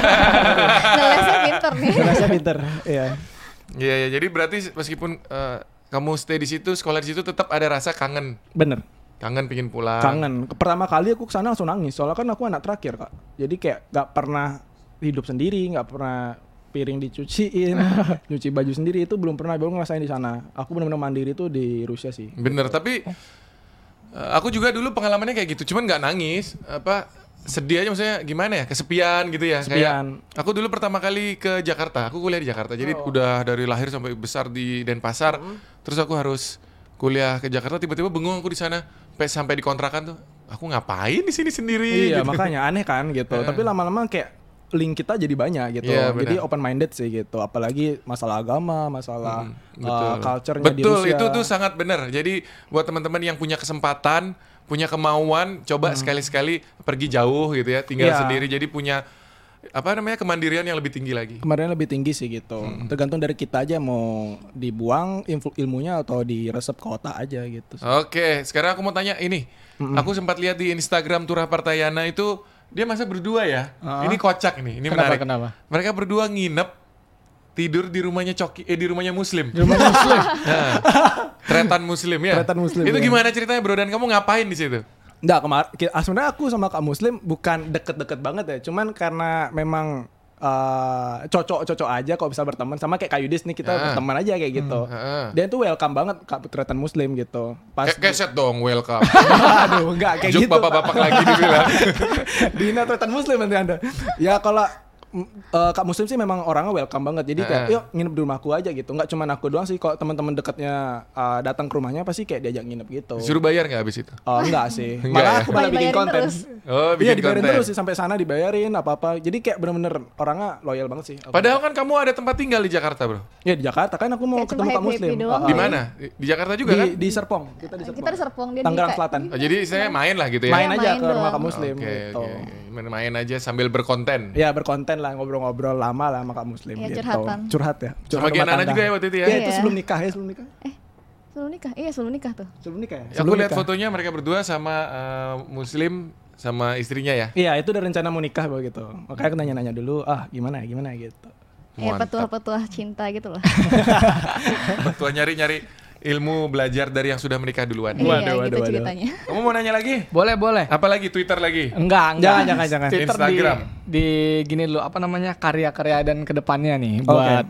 Ngelesnya pinter nih. Durasinya pinter. Iya. Iya ya. Jadi berarti meskipun eh, kamu stay di situ, sekolah di situ tetap ada rasa kangen. Bener. Kangen pingin pulang. Kangen. Pertama kali aku kesana langsung nangis. Soalnya kan aku anak terakhir kak. Jadi kayak gak pernah hidup sendiri, gak pernah piring dicuciin, nyuci baju sendiri itu belum pernah, belum ngerasain di sana. Aku benar-benar mandiri tuh di Rusia sih. Bener. Tapi eh, aku juga dulu pengalamannya kayak gitu. Cuman nggak nangis. Apa sedih aja maksudnya gimana ya? Kesepian gitu ya. Kesepian. Kayak aku dulu pertama kali ke Jakarta. Aku kuliah di Jakarta. Jadi udah dari lahir sampai besar di Denpasar. Terus aku harus kuliah ke Jakarta tiba-tiba bengong aku di sana. Sampai sampai di kontrakan tuh, aku ngapain di sini sendiri? Iya, gitu. Makanya aneh kan gitu. Tapi lama-lama kayak link kita jadi banyak gitu. Iya, jadi benar. open minded sih gitu. Apalagi masalah agama, masalah Hmm, uh, culture-nya di Betul, Rusia. itu tuh sangat benar. Jadi buat teman-teman yang punya kesempatan, punya kemauan, coba sekali-sekali pergi jauh gitu ya, tinggal Iya. sendiri. Jadi punya apa namanya kemandirian yang lebih tinggi lagi. Kemarin lebih tinggi sih gitu. Hmm. Tergantung dari kita aja mau dibuang info ilmunya atau diresep ke otak aja gitu. Oke, sekarang aku mau tanya ini. Aku sempat lihat di Instagram Turah Partayana itu dia masa berdua ya. Ah. Ini kocak nih, ini Kenapa, menarik. kenapa? Mereka berdua nginep tidur di rumahnya Coki, eh di rumahnya Muslim. Di rumah Muslim. Nah, tretan Muslim ya. Tretan Muslim, Itu ya. gimana ceritanya bro? Dan kamu ngapain di situ? Nggak, kemarin sebenarnya aku sama Kak Muslim bukan deket-deket banget ya. Cuman karena memang uh, cocok-cocok aja kalau bisa berteman sama kayak Kak Yudis nih kita Ah. berteman aja kayak gitu. ah. Dia tuh welcome banget Kak Tretan Muslim gitu. Pas Kayak keset dong, welcome. aduh enggak kayak Juk gitu. bapak-bapak lagi dibilang. Dina Tretan Muslim nanti Anda. Ya kalau mm, eh, Kak Muslim sih memang orangnya welcome banget. Jadi kayak Ah. yuk nginep di rumahku aja gitu. Enggak cuma aku doang sih, kalau teman-teman dekatnya eh, datang ke rumahnya pasti kayak diajak nginep gitu. Suruh bayar nggak abis itu? Oh enggak sih. Enggak Malah ya? aku malah bikin Dibayarin konten. terus. Oh, Iya bikin dibayarin konten. terus sih, sampai sana dibayarin apa-apa. Jadi kayak bener-bener orangnya loyal banget sih. Padahal kan kamu ada tempat tinggal di Jakarta, bro. Ya di Jakarta kan aku mau Kayak cuma ketemu Kak happy-happy Muslim. doang. Ah, Di ah. mana? Di, di Jakarta juga Di, kan? di Serpong. Kita di Serpong. Kita di Serpong, dia di Tangerang kayak- Selatan. Oh, jadi saya main lah gitu ya? Main Iya, aja main ke rumah doang. Kak Muslim Oke, gitu. oke, oke. Main aja sambil berkonten. Ya berkonten lah, ngobrol-ngobrol lama lah sama Kak Muslim Iya, gitu. curhatan. Curhat ya. Sama Curhat rumah Gianana tangga. juga ya waktu itu ya? Iya, itu Iya. sebelum nikah ya, sebelum nikah. Eh, sebelum nikah? Iya, sebelum nikah tuh. Sebelum nikah ya? Aku Sebelum lihat nikah. fotonya mereka berdua sama eh, Muslim sama istrinya ya. Iya, itu udah rencana mau nikah begitu. Makanya aku nanya-nanya dulu, ah gimana ya, gimana gitu. Ya, Mantap. petuah-petuah cinta gitu loh. Tua nyari-nyari ilmu belajar dari yang sudah menikah duluan. Waduh, Iya, waduh, gitu waduh. ceritanya. Kamu mau nanya lagi? Boleh, boleh. Apa lagi? Twitter lagi? Enggak, enggak. Jangan, jangan, jangan. Twitter Instagram. Di, di gini dulu, apa namanya, karya-karya dan kedepannya nih. Oke. Buat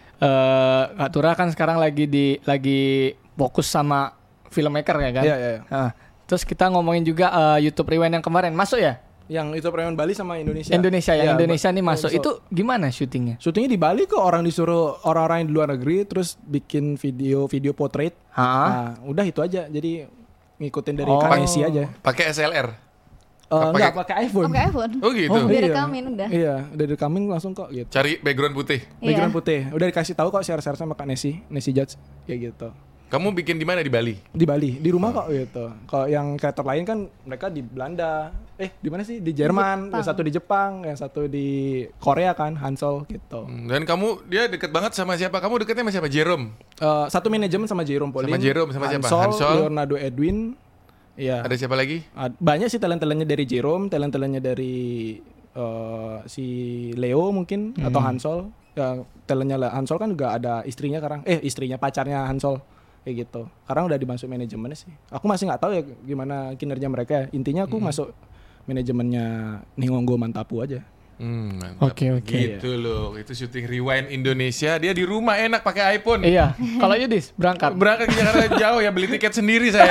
eh Kak Tura kan sekarang lagi di lagi fokus sama filmmaker ya kan? Iya, iya, iya. Nah, terus kita ngomongin juga eh, YouTube Rewind yang kemarin. Masuk ya? Yang itu Preman Bali sama Indonesia. Indonesia, yang Iya, Indonesia ba- nih masuk. so- Itu gimana syutingnya? syutingnya di Bali kok, orang disuruh orang-orang yang di luar negeri terus bikin video video portrait. Hah? Nah, udah itu aja. Jadi ngikutin dari Oh. Kak Esi aja. Pakai S L R? Eh, Pakai- enggak pakai iPhone. Oke, iPhone. Oh gitu? Oh, Udah iya. rekamin, udah. Iya, udah direkamin langsung kok gitu. Cari background putih. Background Iya. putih. Udah dikasih tahu kok share-share sama Kak Nesi, Nesi Judge kayak gitu. Kamu bikin di mana di Bali? Di Bali, di rumah kok gitu. Kalau yang kreator lain kan mereka di Belanda. Eh, di mana sih? Di Jerman, yang Jepang. satu di Jepang, yang satu di Korea kan, Hansol gitu. Hmm, Dan kamu, dia deket banget sama siapa? Kamu deketnya sama siapa? Jerome? Eh, satu manajemen sama Jerome Pauline. Sama Jerome, sama siapa? Hansol, Hansol. Leonardo Edwin. Iya. Ada siapa lagi? Ad- Banyak sih talent-talentnya dari Jerome, talent-talentnya dari eh, si Leo mungkin atau Hansol. Ya, talentnya lah- Hansol kan juga ada istrinya sekarang. Eh, istrinya pacarnya Hansol kayak gitu. Sekarang udah dimasuk manajemennya sih. Aku masih nggak tahu ya gimana kinerja mereka. Intinya aku masuk manajemennya Ningonggo Mantapu aja. Hmm, mantap. Oke, oke. Gitu loh. Itu syuting Rewind Indonesia. Dia di rumah enak pakai iPhone. Iya. Kalau Yudis berangkat. Berangkat ke Jakarta jauh ya, beli tiket sendiri saya.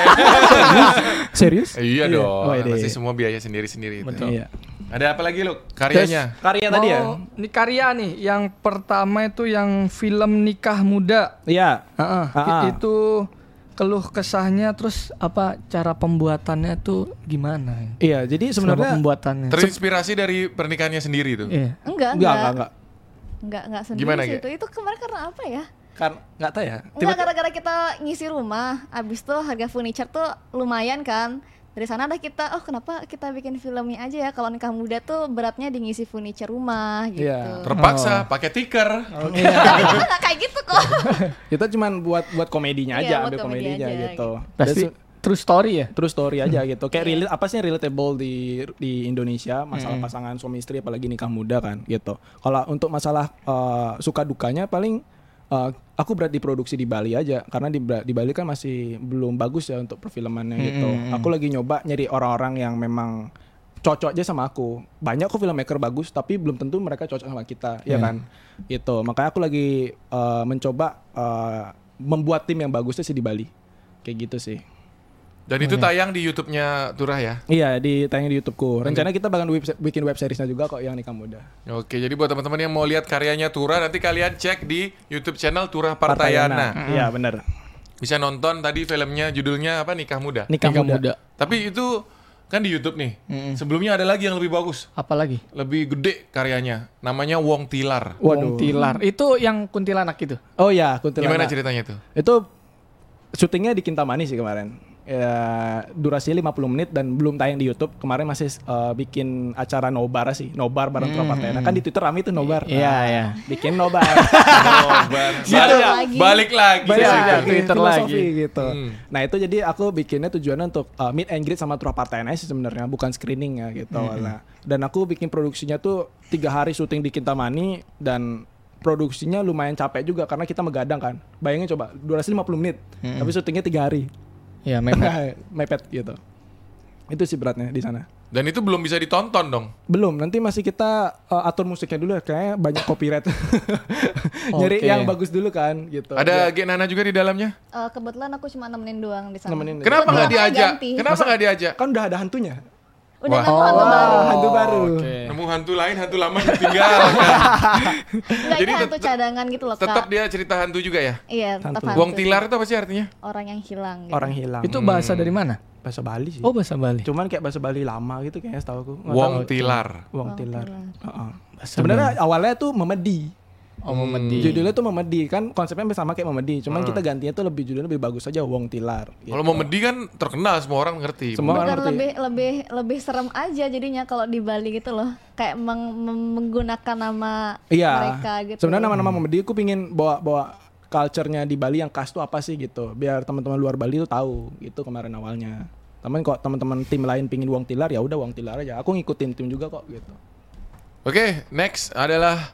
Serius? iya dong. Oh, iya. Pasti semua biaya sendiri-sendiri itu. Iya. Ada apa lagi lo? Karyanya? Karya tadi ya? Mau- Ini karya nih. Yang pertama itu yang film Nikah Muda. Iya. Heeh. Ah, ah. I- Itu keluh kesahnya, terus apa cara pembuatannya tuh gimana? Iya, jadi Selama sebenarnya pembuatannya. Terinspirasi dari pernikahannya sendiri itu. Iya. Enggak, enggak, enggak. enggak, enggak. Enggak, enggak sendiri Gimana, sih Ge? itu. Itu kemarin karena apa ya? Kan enggak tahu ya. Enggak, gara-gara kita ngisi rumah. Abis itu harga furniture tuh lumayan kan. Dari sana ada kita, oh kenapa kita bikin filmnya aja ya. Kalau nikah muda tuh beratnya di ngisi furniture rumah gitu. Iya. Terpaksa pakai tiker. Tapi kita nggak kayak gitu kok. Kita cuman buat buat komedinya Iya, aja, buat ambil komedi komedinya aja, gitu. Pasti Dan se- true story ya. True story aja gitu. Kayak Iya. relate, apa sih yang relatable di di Indonesia, masalah pasangan suami istri apalagi nikah muda kan gitu. Kalau untuk masalah eh, suka dukanya paling eh, aku berat diproduksi di Bali aja karena di Ba- di Bali kan masih belum bagus ya untuk perfilmannya gitu. Aku lagi nyoba nyari orang-orang yang memang cocok aja sama aku. Banyak kok filmmaker bagus tapi belum tentu mereka cocok sama kita, ya kan? Gitu. Makanya aku lagi eh, mencoba eh, membuat tim yang bagusnya sih di Bali. Kayak gitu sih. Dan itu tayang di YouTube-nya Turah ya. Iya, di tayang di YouTubeku. Rencana kita bakal web, bikin web seriesnya juga kok yang nikah muda. Oke, jadi buat teman-teman yang mau lihat karyanya Turah, nanti kalian cek di YouTube channel Turah Partayana. Iya, benar. bisa nonton tadi filmnya judulnya apa Nikah Muda. Nikah, Nikah muda. muda. Tapi itu kan di YouTube nih. Mm-mm. Sebelumnya ada lagi yang lebih bagus, Apalagi? lebih gede karyanya. Namanya Wong Tilar. Waduh. Tilar. Itu yang kuntilanak itu. Oh ya, kuntilanak. Gimana ceritanya tuh? Itu syutingnya di Kintamani sih kemarin. Ya, durasinya lima puluh menit dan belum tayang di YouTube. Kemarin masih uh, bikin acara nobar sih, nobar bareng Hmm. Tropatena. Kan di Twitter rame itu nobar. Iya, Nah, iya. Bikin nobar. Oh, balik, Gitu lagi. balik lagi. Banyak Iya, ke situ. iya. Twitter filosofi lagi. gitu. Hmm. Nah itu jadi aku bikinnya tujuannya untuk uh, meet and greet sama Tropatena sih sebenarnya, bukan screening ya gitu. Nah, dan aku bikin produksinya tuh tiga hari syuting di Kintamani dan produksinya lumayan capek juga karena kita megadang kan. Bayangin coba durasi lima puluh menit, Hmm. tapi syutingnya tiga hari. Iya, mepet. Mepet gitu. Itu sih beratnya di sana. Dan itu belum bisa ditonton dong. Belum, nanti masih kita uh, atur musiknya dulu ya, kayaknya banyak copyright. Nyari Oke. yang bagus dulu kan gitu. Ada Ya, Ge Nana juga di dalamnya. Eh, kebetulan aku cuma nemenin doang di sana. nemenin. Kenapa nggak Makanya diajak? ganti. Kenapa nggak diajak? Kan udah ada hantunya. Udah Wah. nemu hantu Oh. baru. Hantu baru. Oke. Nemu hantu lain, hantu lama ditinggal. Enggak, Jadi ini hantu tet- cadangan gitu loh, Tetap Kak. dia cerita hantu juga ya. Iya, tetap Hantu. hantu. Wong Tilar itu apa sih artinya? Orang yang hilang gitu. Orang hilang. Itu bahasa dari mana? bahasa Bali sih. Oh, bahasa Bali. Cuman kayak bahasa Bali lama gitu kayaknya setahu aku. Nggak Wong tahu. Tilar. Wong Wong Tilar. Tilar. Heeh. Bahasa Sebenarnya Bali. awalnya tuh Memedi. Oh, Memedi. Judulnya tuh Memedi kan konsepnya sama kayak Memedi, cuman Hmm. kita gantinya tuh lebih judulnya lebih bagus aja Wong Tilar. gitu. Kalau Memedi kan terkenal, semua orang ngerti. Semua orang Bukan ngerti. lebih lebih lebih serem aja jadinya kalau di Bali gitu loh. Kayak meng- mem- menggunakan nama Iya. mereka gitu. Sebenarnya nama-nama Memedi aku pingin bawa bawa culture-nya di Bali yang khas tuh apa sih gitu. Biar teman-teman luar Bali tuh tahu gitu kemarin awalnya. Temen kok teman-teman tim lain pingin Wong Tilar ya udah Wong Tilar aja. Aku ngikutin tim juga kok gitu. Oke, next adalah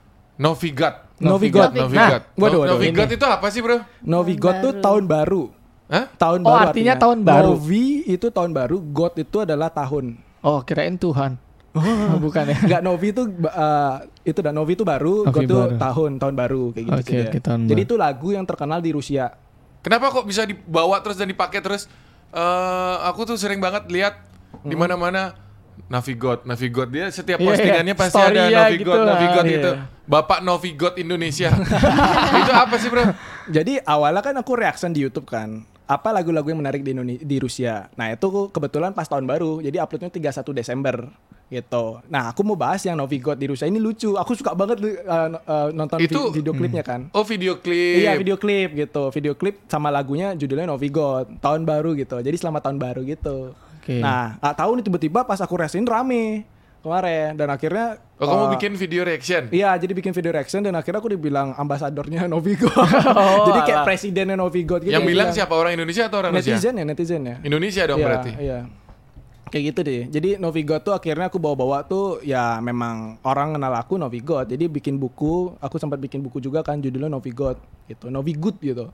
Novigot. Novigot. Novigot. Nah, waduh, waduh, Novigot ini. itu apa sih, Bro? Novigot tuh baru. tahun baru. Hah? Tahun Oh, baru artinya tahun baru. Novi itu tahun baru, God itu adalah tahun. Oh, kirain Tuhan. Oh, bukan ya. Enggak, Novi itu uh, itu dan Novi itu baru, Novi God itu baru. tahun, tahun baru kayak gitu Oke, sih dia. oke, tahun Jadi baru. itu lagu yang terkenal di Rusia. Kenapa kok bisa dibawa terus dan dipakai terus? Eh, aku tuh sering banget lihat di Hmm. mana-mana Novigot, Novigot dia setiap Iya, postingannya iya. pasti ada Story-nya Novigot, gitu lah. Novigot Iya. itu. Bapak Novigot Indonesia. Itu apa sih, Bro? Jadi awalnya kan aku reaction di YouTube kan. Apa lagu-lagu yang menarik di Indonesia, di Rusia. Nah, itu kebetulan pas tahun baru. Jadi uploadnya tiga puluh satu Desember gitu. Nah, aku mau bahas yang Novigot di Rusia ini lucu. Aku suka banget uh, uh, nonton Itu- vi- video klipnya kan. Oh, video klip. Iya, video klip gitu. Video klip sama lagunya judulnya Novigot, tahun baru gitu. Jadi selamat tahun baru gitu. Oke. Nah, nggak tahu nih tiba-tiba pas aku reaction rame kemarin dan akhirnya Oh, kamu uh, bikin video reaction? Iya, jadi bikin video reaction dan akhirnya aku dibilang ambasadornya Novigot. jadi kayak alah. presidennya Novigot gitu. Yang Dia bilang siapa? Orang Indonesia atau orang Rusia? Netizen ya, netizen ya. Indonesia dong Iya, berarti. Iya. Kayak gitu deh. Jadi Novigot tuh akhirnya aku bawa-bawa tuh ya memang orang kenal aku Novigot. Jadi bikin buku, aku sempat bikin buku juga kan judulnya Novigot gitu. Novigood gitu.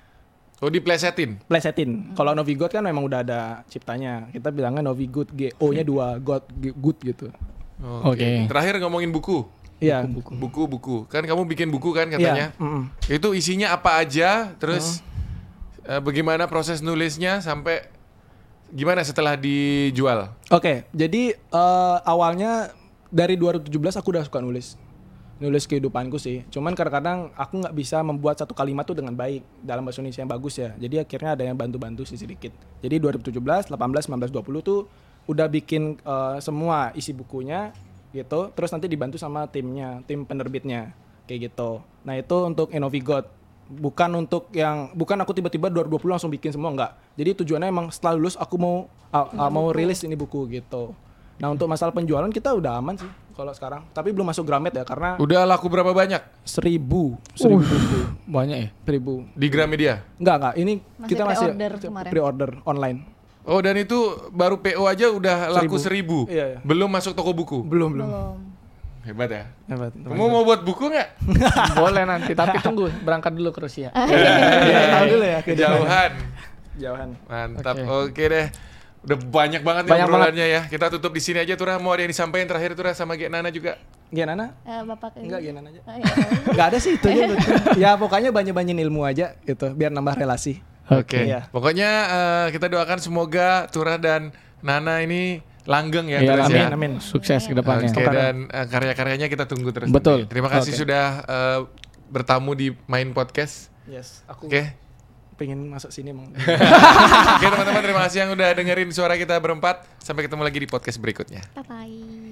Oh, diplesetin. Plesetin. Kalau Novigot kan memang udah ada ciptanya. Kita bilangnya Novigood, G O-nya dua, God G- good gitu. Oke. Oke. Terakhir ngomongin buku. Iya. Buku-buku. Kan kamu bikin buku kan katanya? Iya. mm-mm. Itu isinya apa aja, terus eh, bagaimana proses nulisnya sampai gimana setelah dijual? Oke, jadi eh, awalnya dari dua ribu tujuh belas aku udah suka nulis. Nulis kehidupanku sih. Cuman kadang-kadang aku nggak bisa membuat satu kalimat tuh dengan baik dalam bahasa Indonesia yang bagus ya. Jadi akhirnya ada yang bantu-bantu sih sedikit. Jadi dua ribu tujuh belas, delapan belas, sembilan belas, dua puluh tuh udah bikin eh, semua isi bukunya gitu. Terus nanti dibantu sama timnya, tim penerbitnya kayak gitu. Nah, itu untuk Novigot. Bukan untuk yang bukan aku tiba-tiba dua ribu dua puluh langsung bikin semua, enggak. Jadi tujuannya emang setelah lulus aku mau uh, uh, mau rilis ini buku gitu. Nah, untuk masalah penjualan kita udah aman sih kalau sekarang. Tapi belum masuk Gramet ya karena Udah laku berapa banyak seribu seribu buku. Banyak ya? Seribu. di Gramedia? Enggak, enggak. Ini Masih kita masih pre-order kemarin. pre-order online. Oh, dan itu baru P O aja udah laku seribu. Iya, iya. Belum masuk toko buku. Belum, belum. Belum. Hebat ya. Hebat. Kamu mau buat buku nggak? Boleh nanti, tapi tunggu berangkat dulu ke Rusia. Iya, tahu dulu ya. Kejauhan. Jauhan. Mantap. Oke. Oke deh. Udah banyak banget nih Banyak obrolannya ya. Kita tutup di sini aja Turah. Mau ada yang disampaikan terakhir Turah sama Ge Nana juga? Gimana? Eh, Bapak kayak Enggak, gitu. gimana aja. Oh, iya. Enggak ada sih itu aja. betul. Ya pokoknya banyak-banyakin ilmu aja gitu biar nambah relasi. Oke. Iya. Pokoknya eh, kita doakan semoga Turah dan Nana ini langgeng ya Iya, terus amin, ya. amin. Sukses ke depannya. Oke, dan eh, karya-karyanya kita tunggu terus. Betul. nanti. Terima kasih Oke. sudah eh, bertamu di Main Podcast. Yes, aku Oke. pengen masuk sini emang. Oke teman-teman, terima kasih yang udah dengerin suara kita berempat. Sampai ketemu lagi di podcast berikutnya. Bye bye.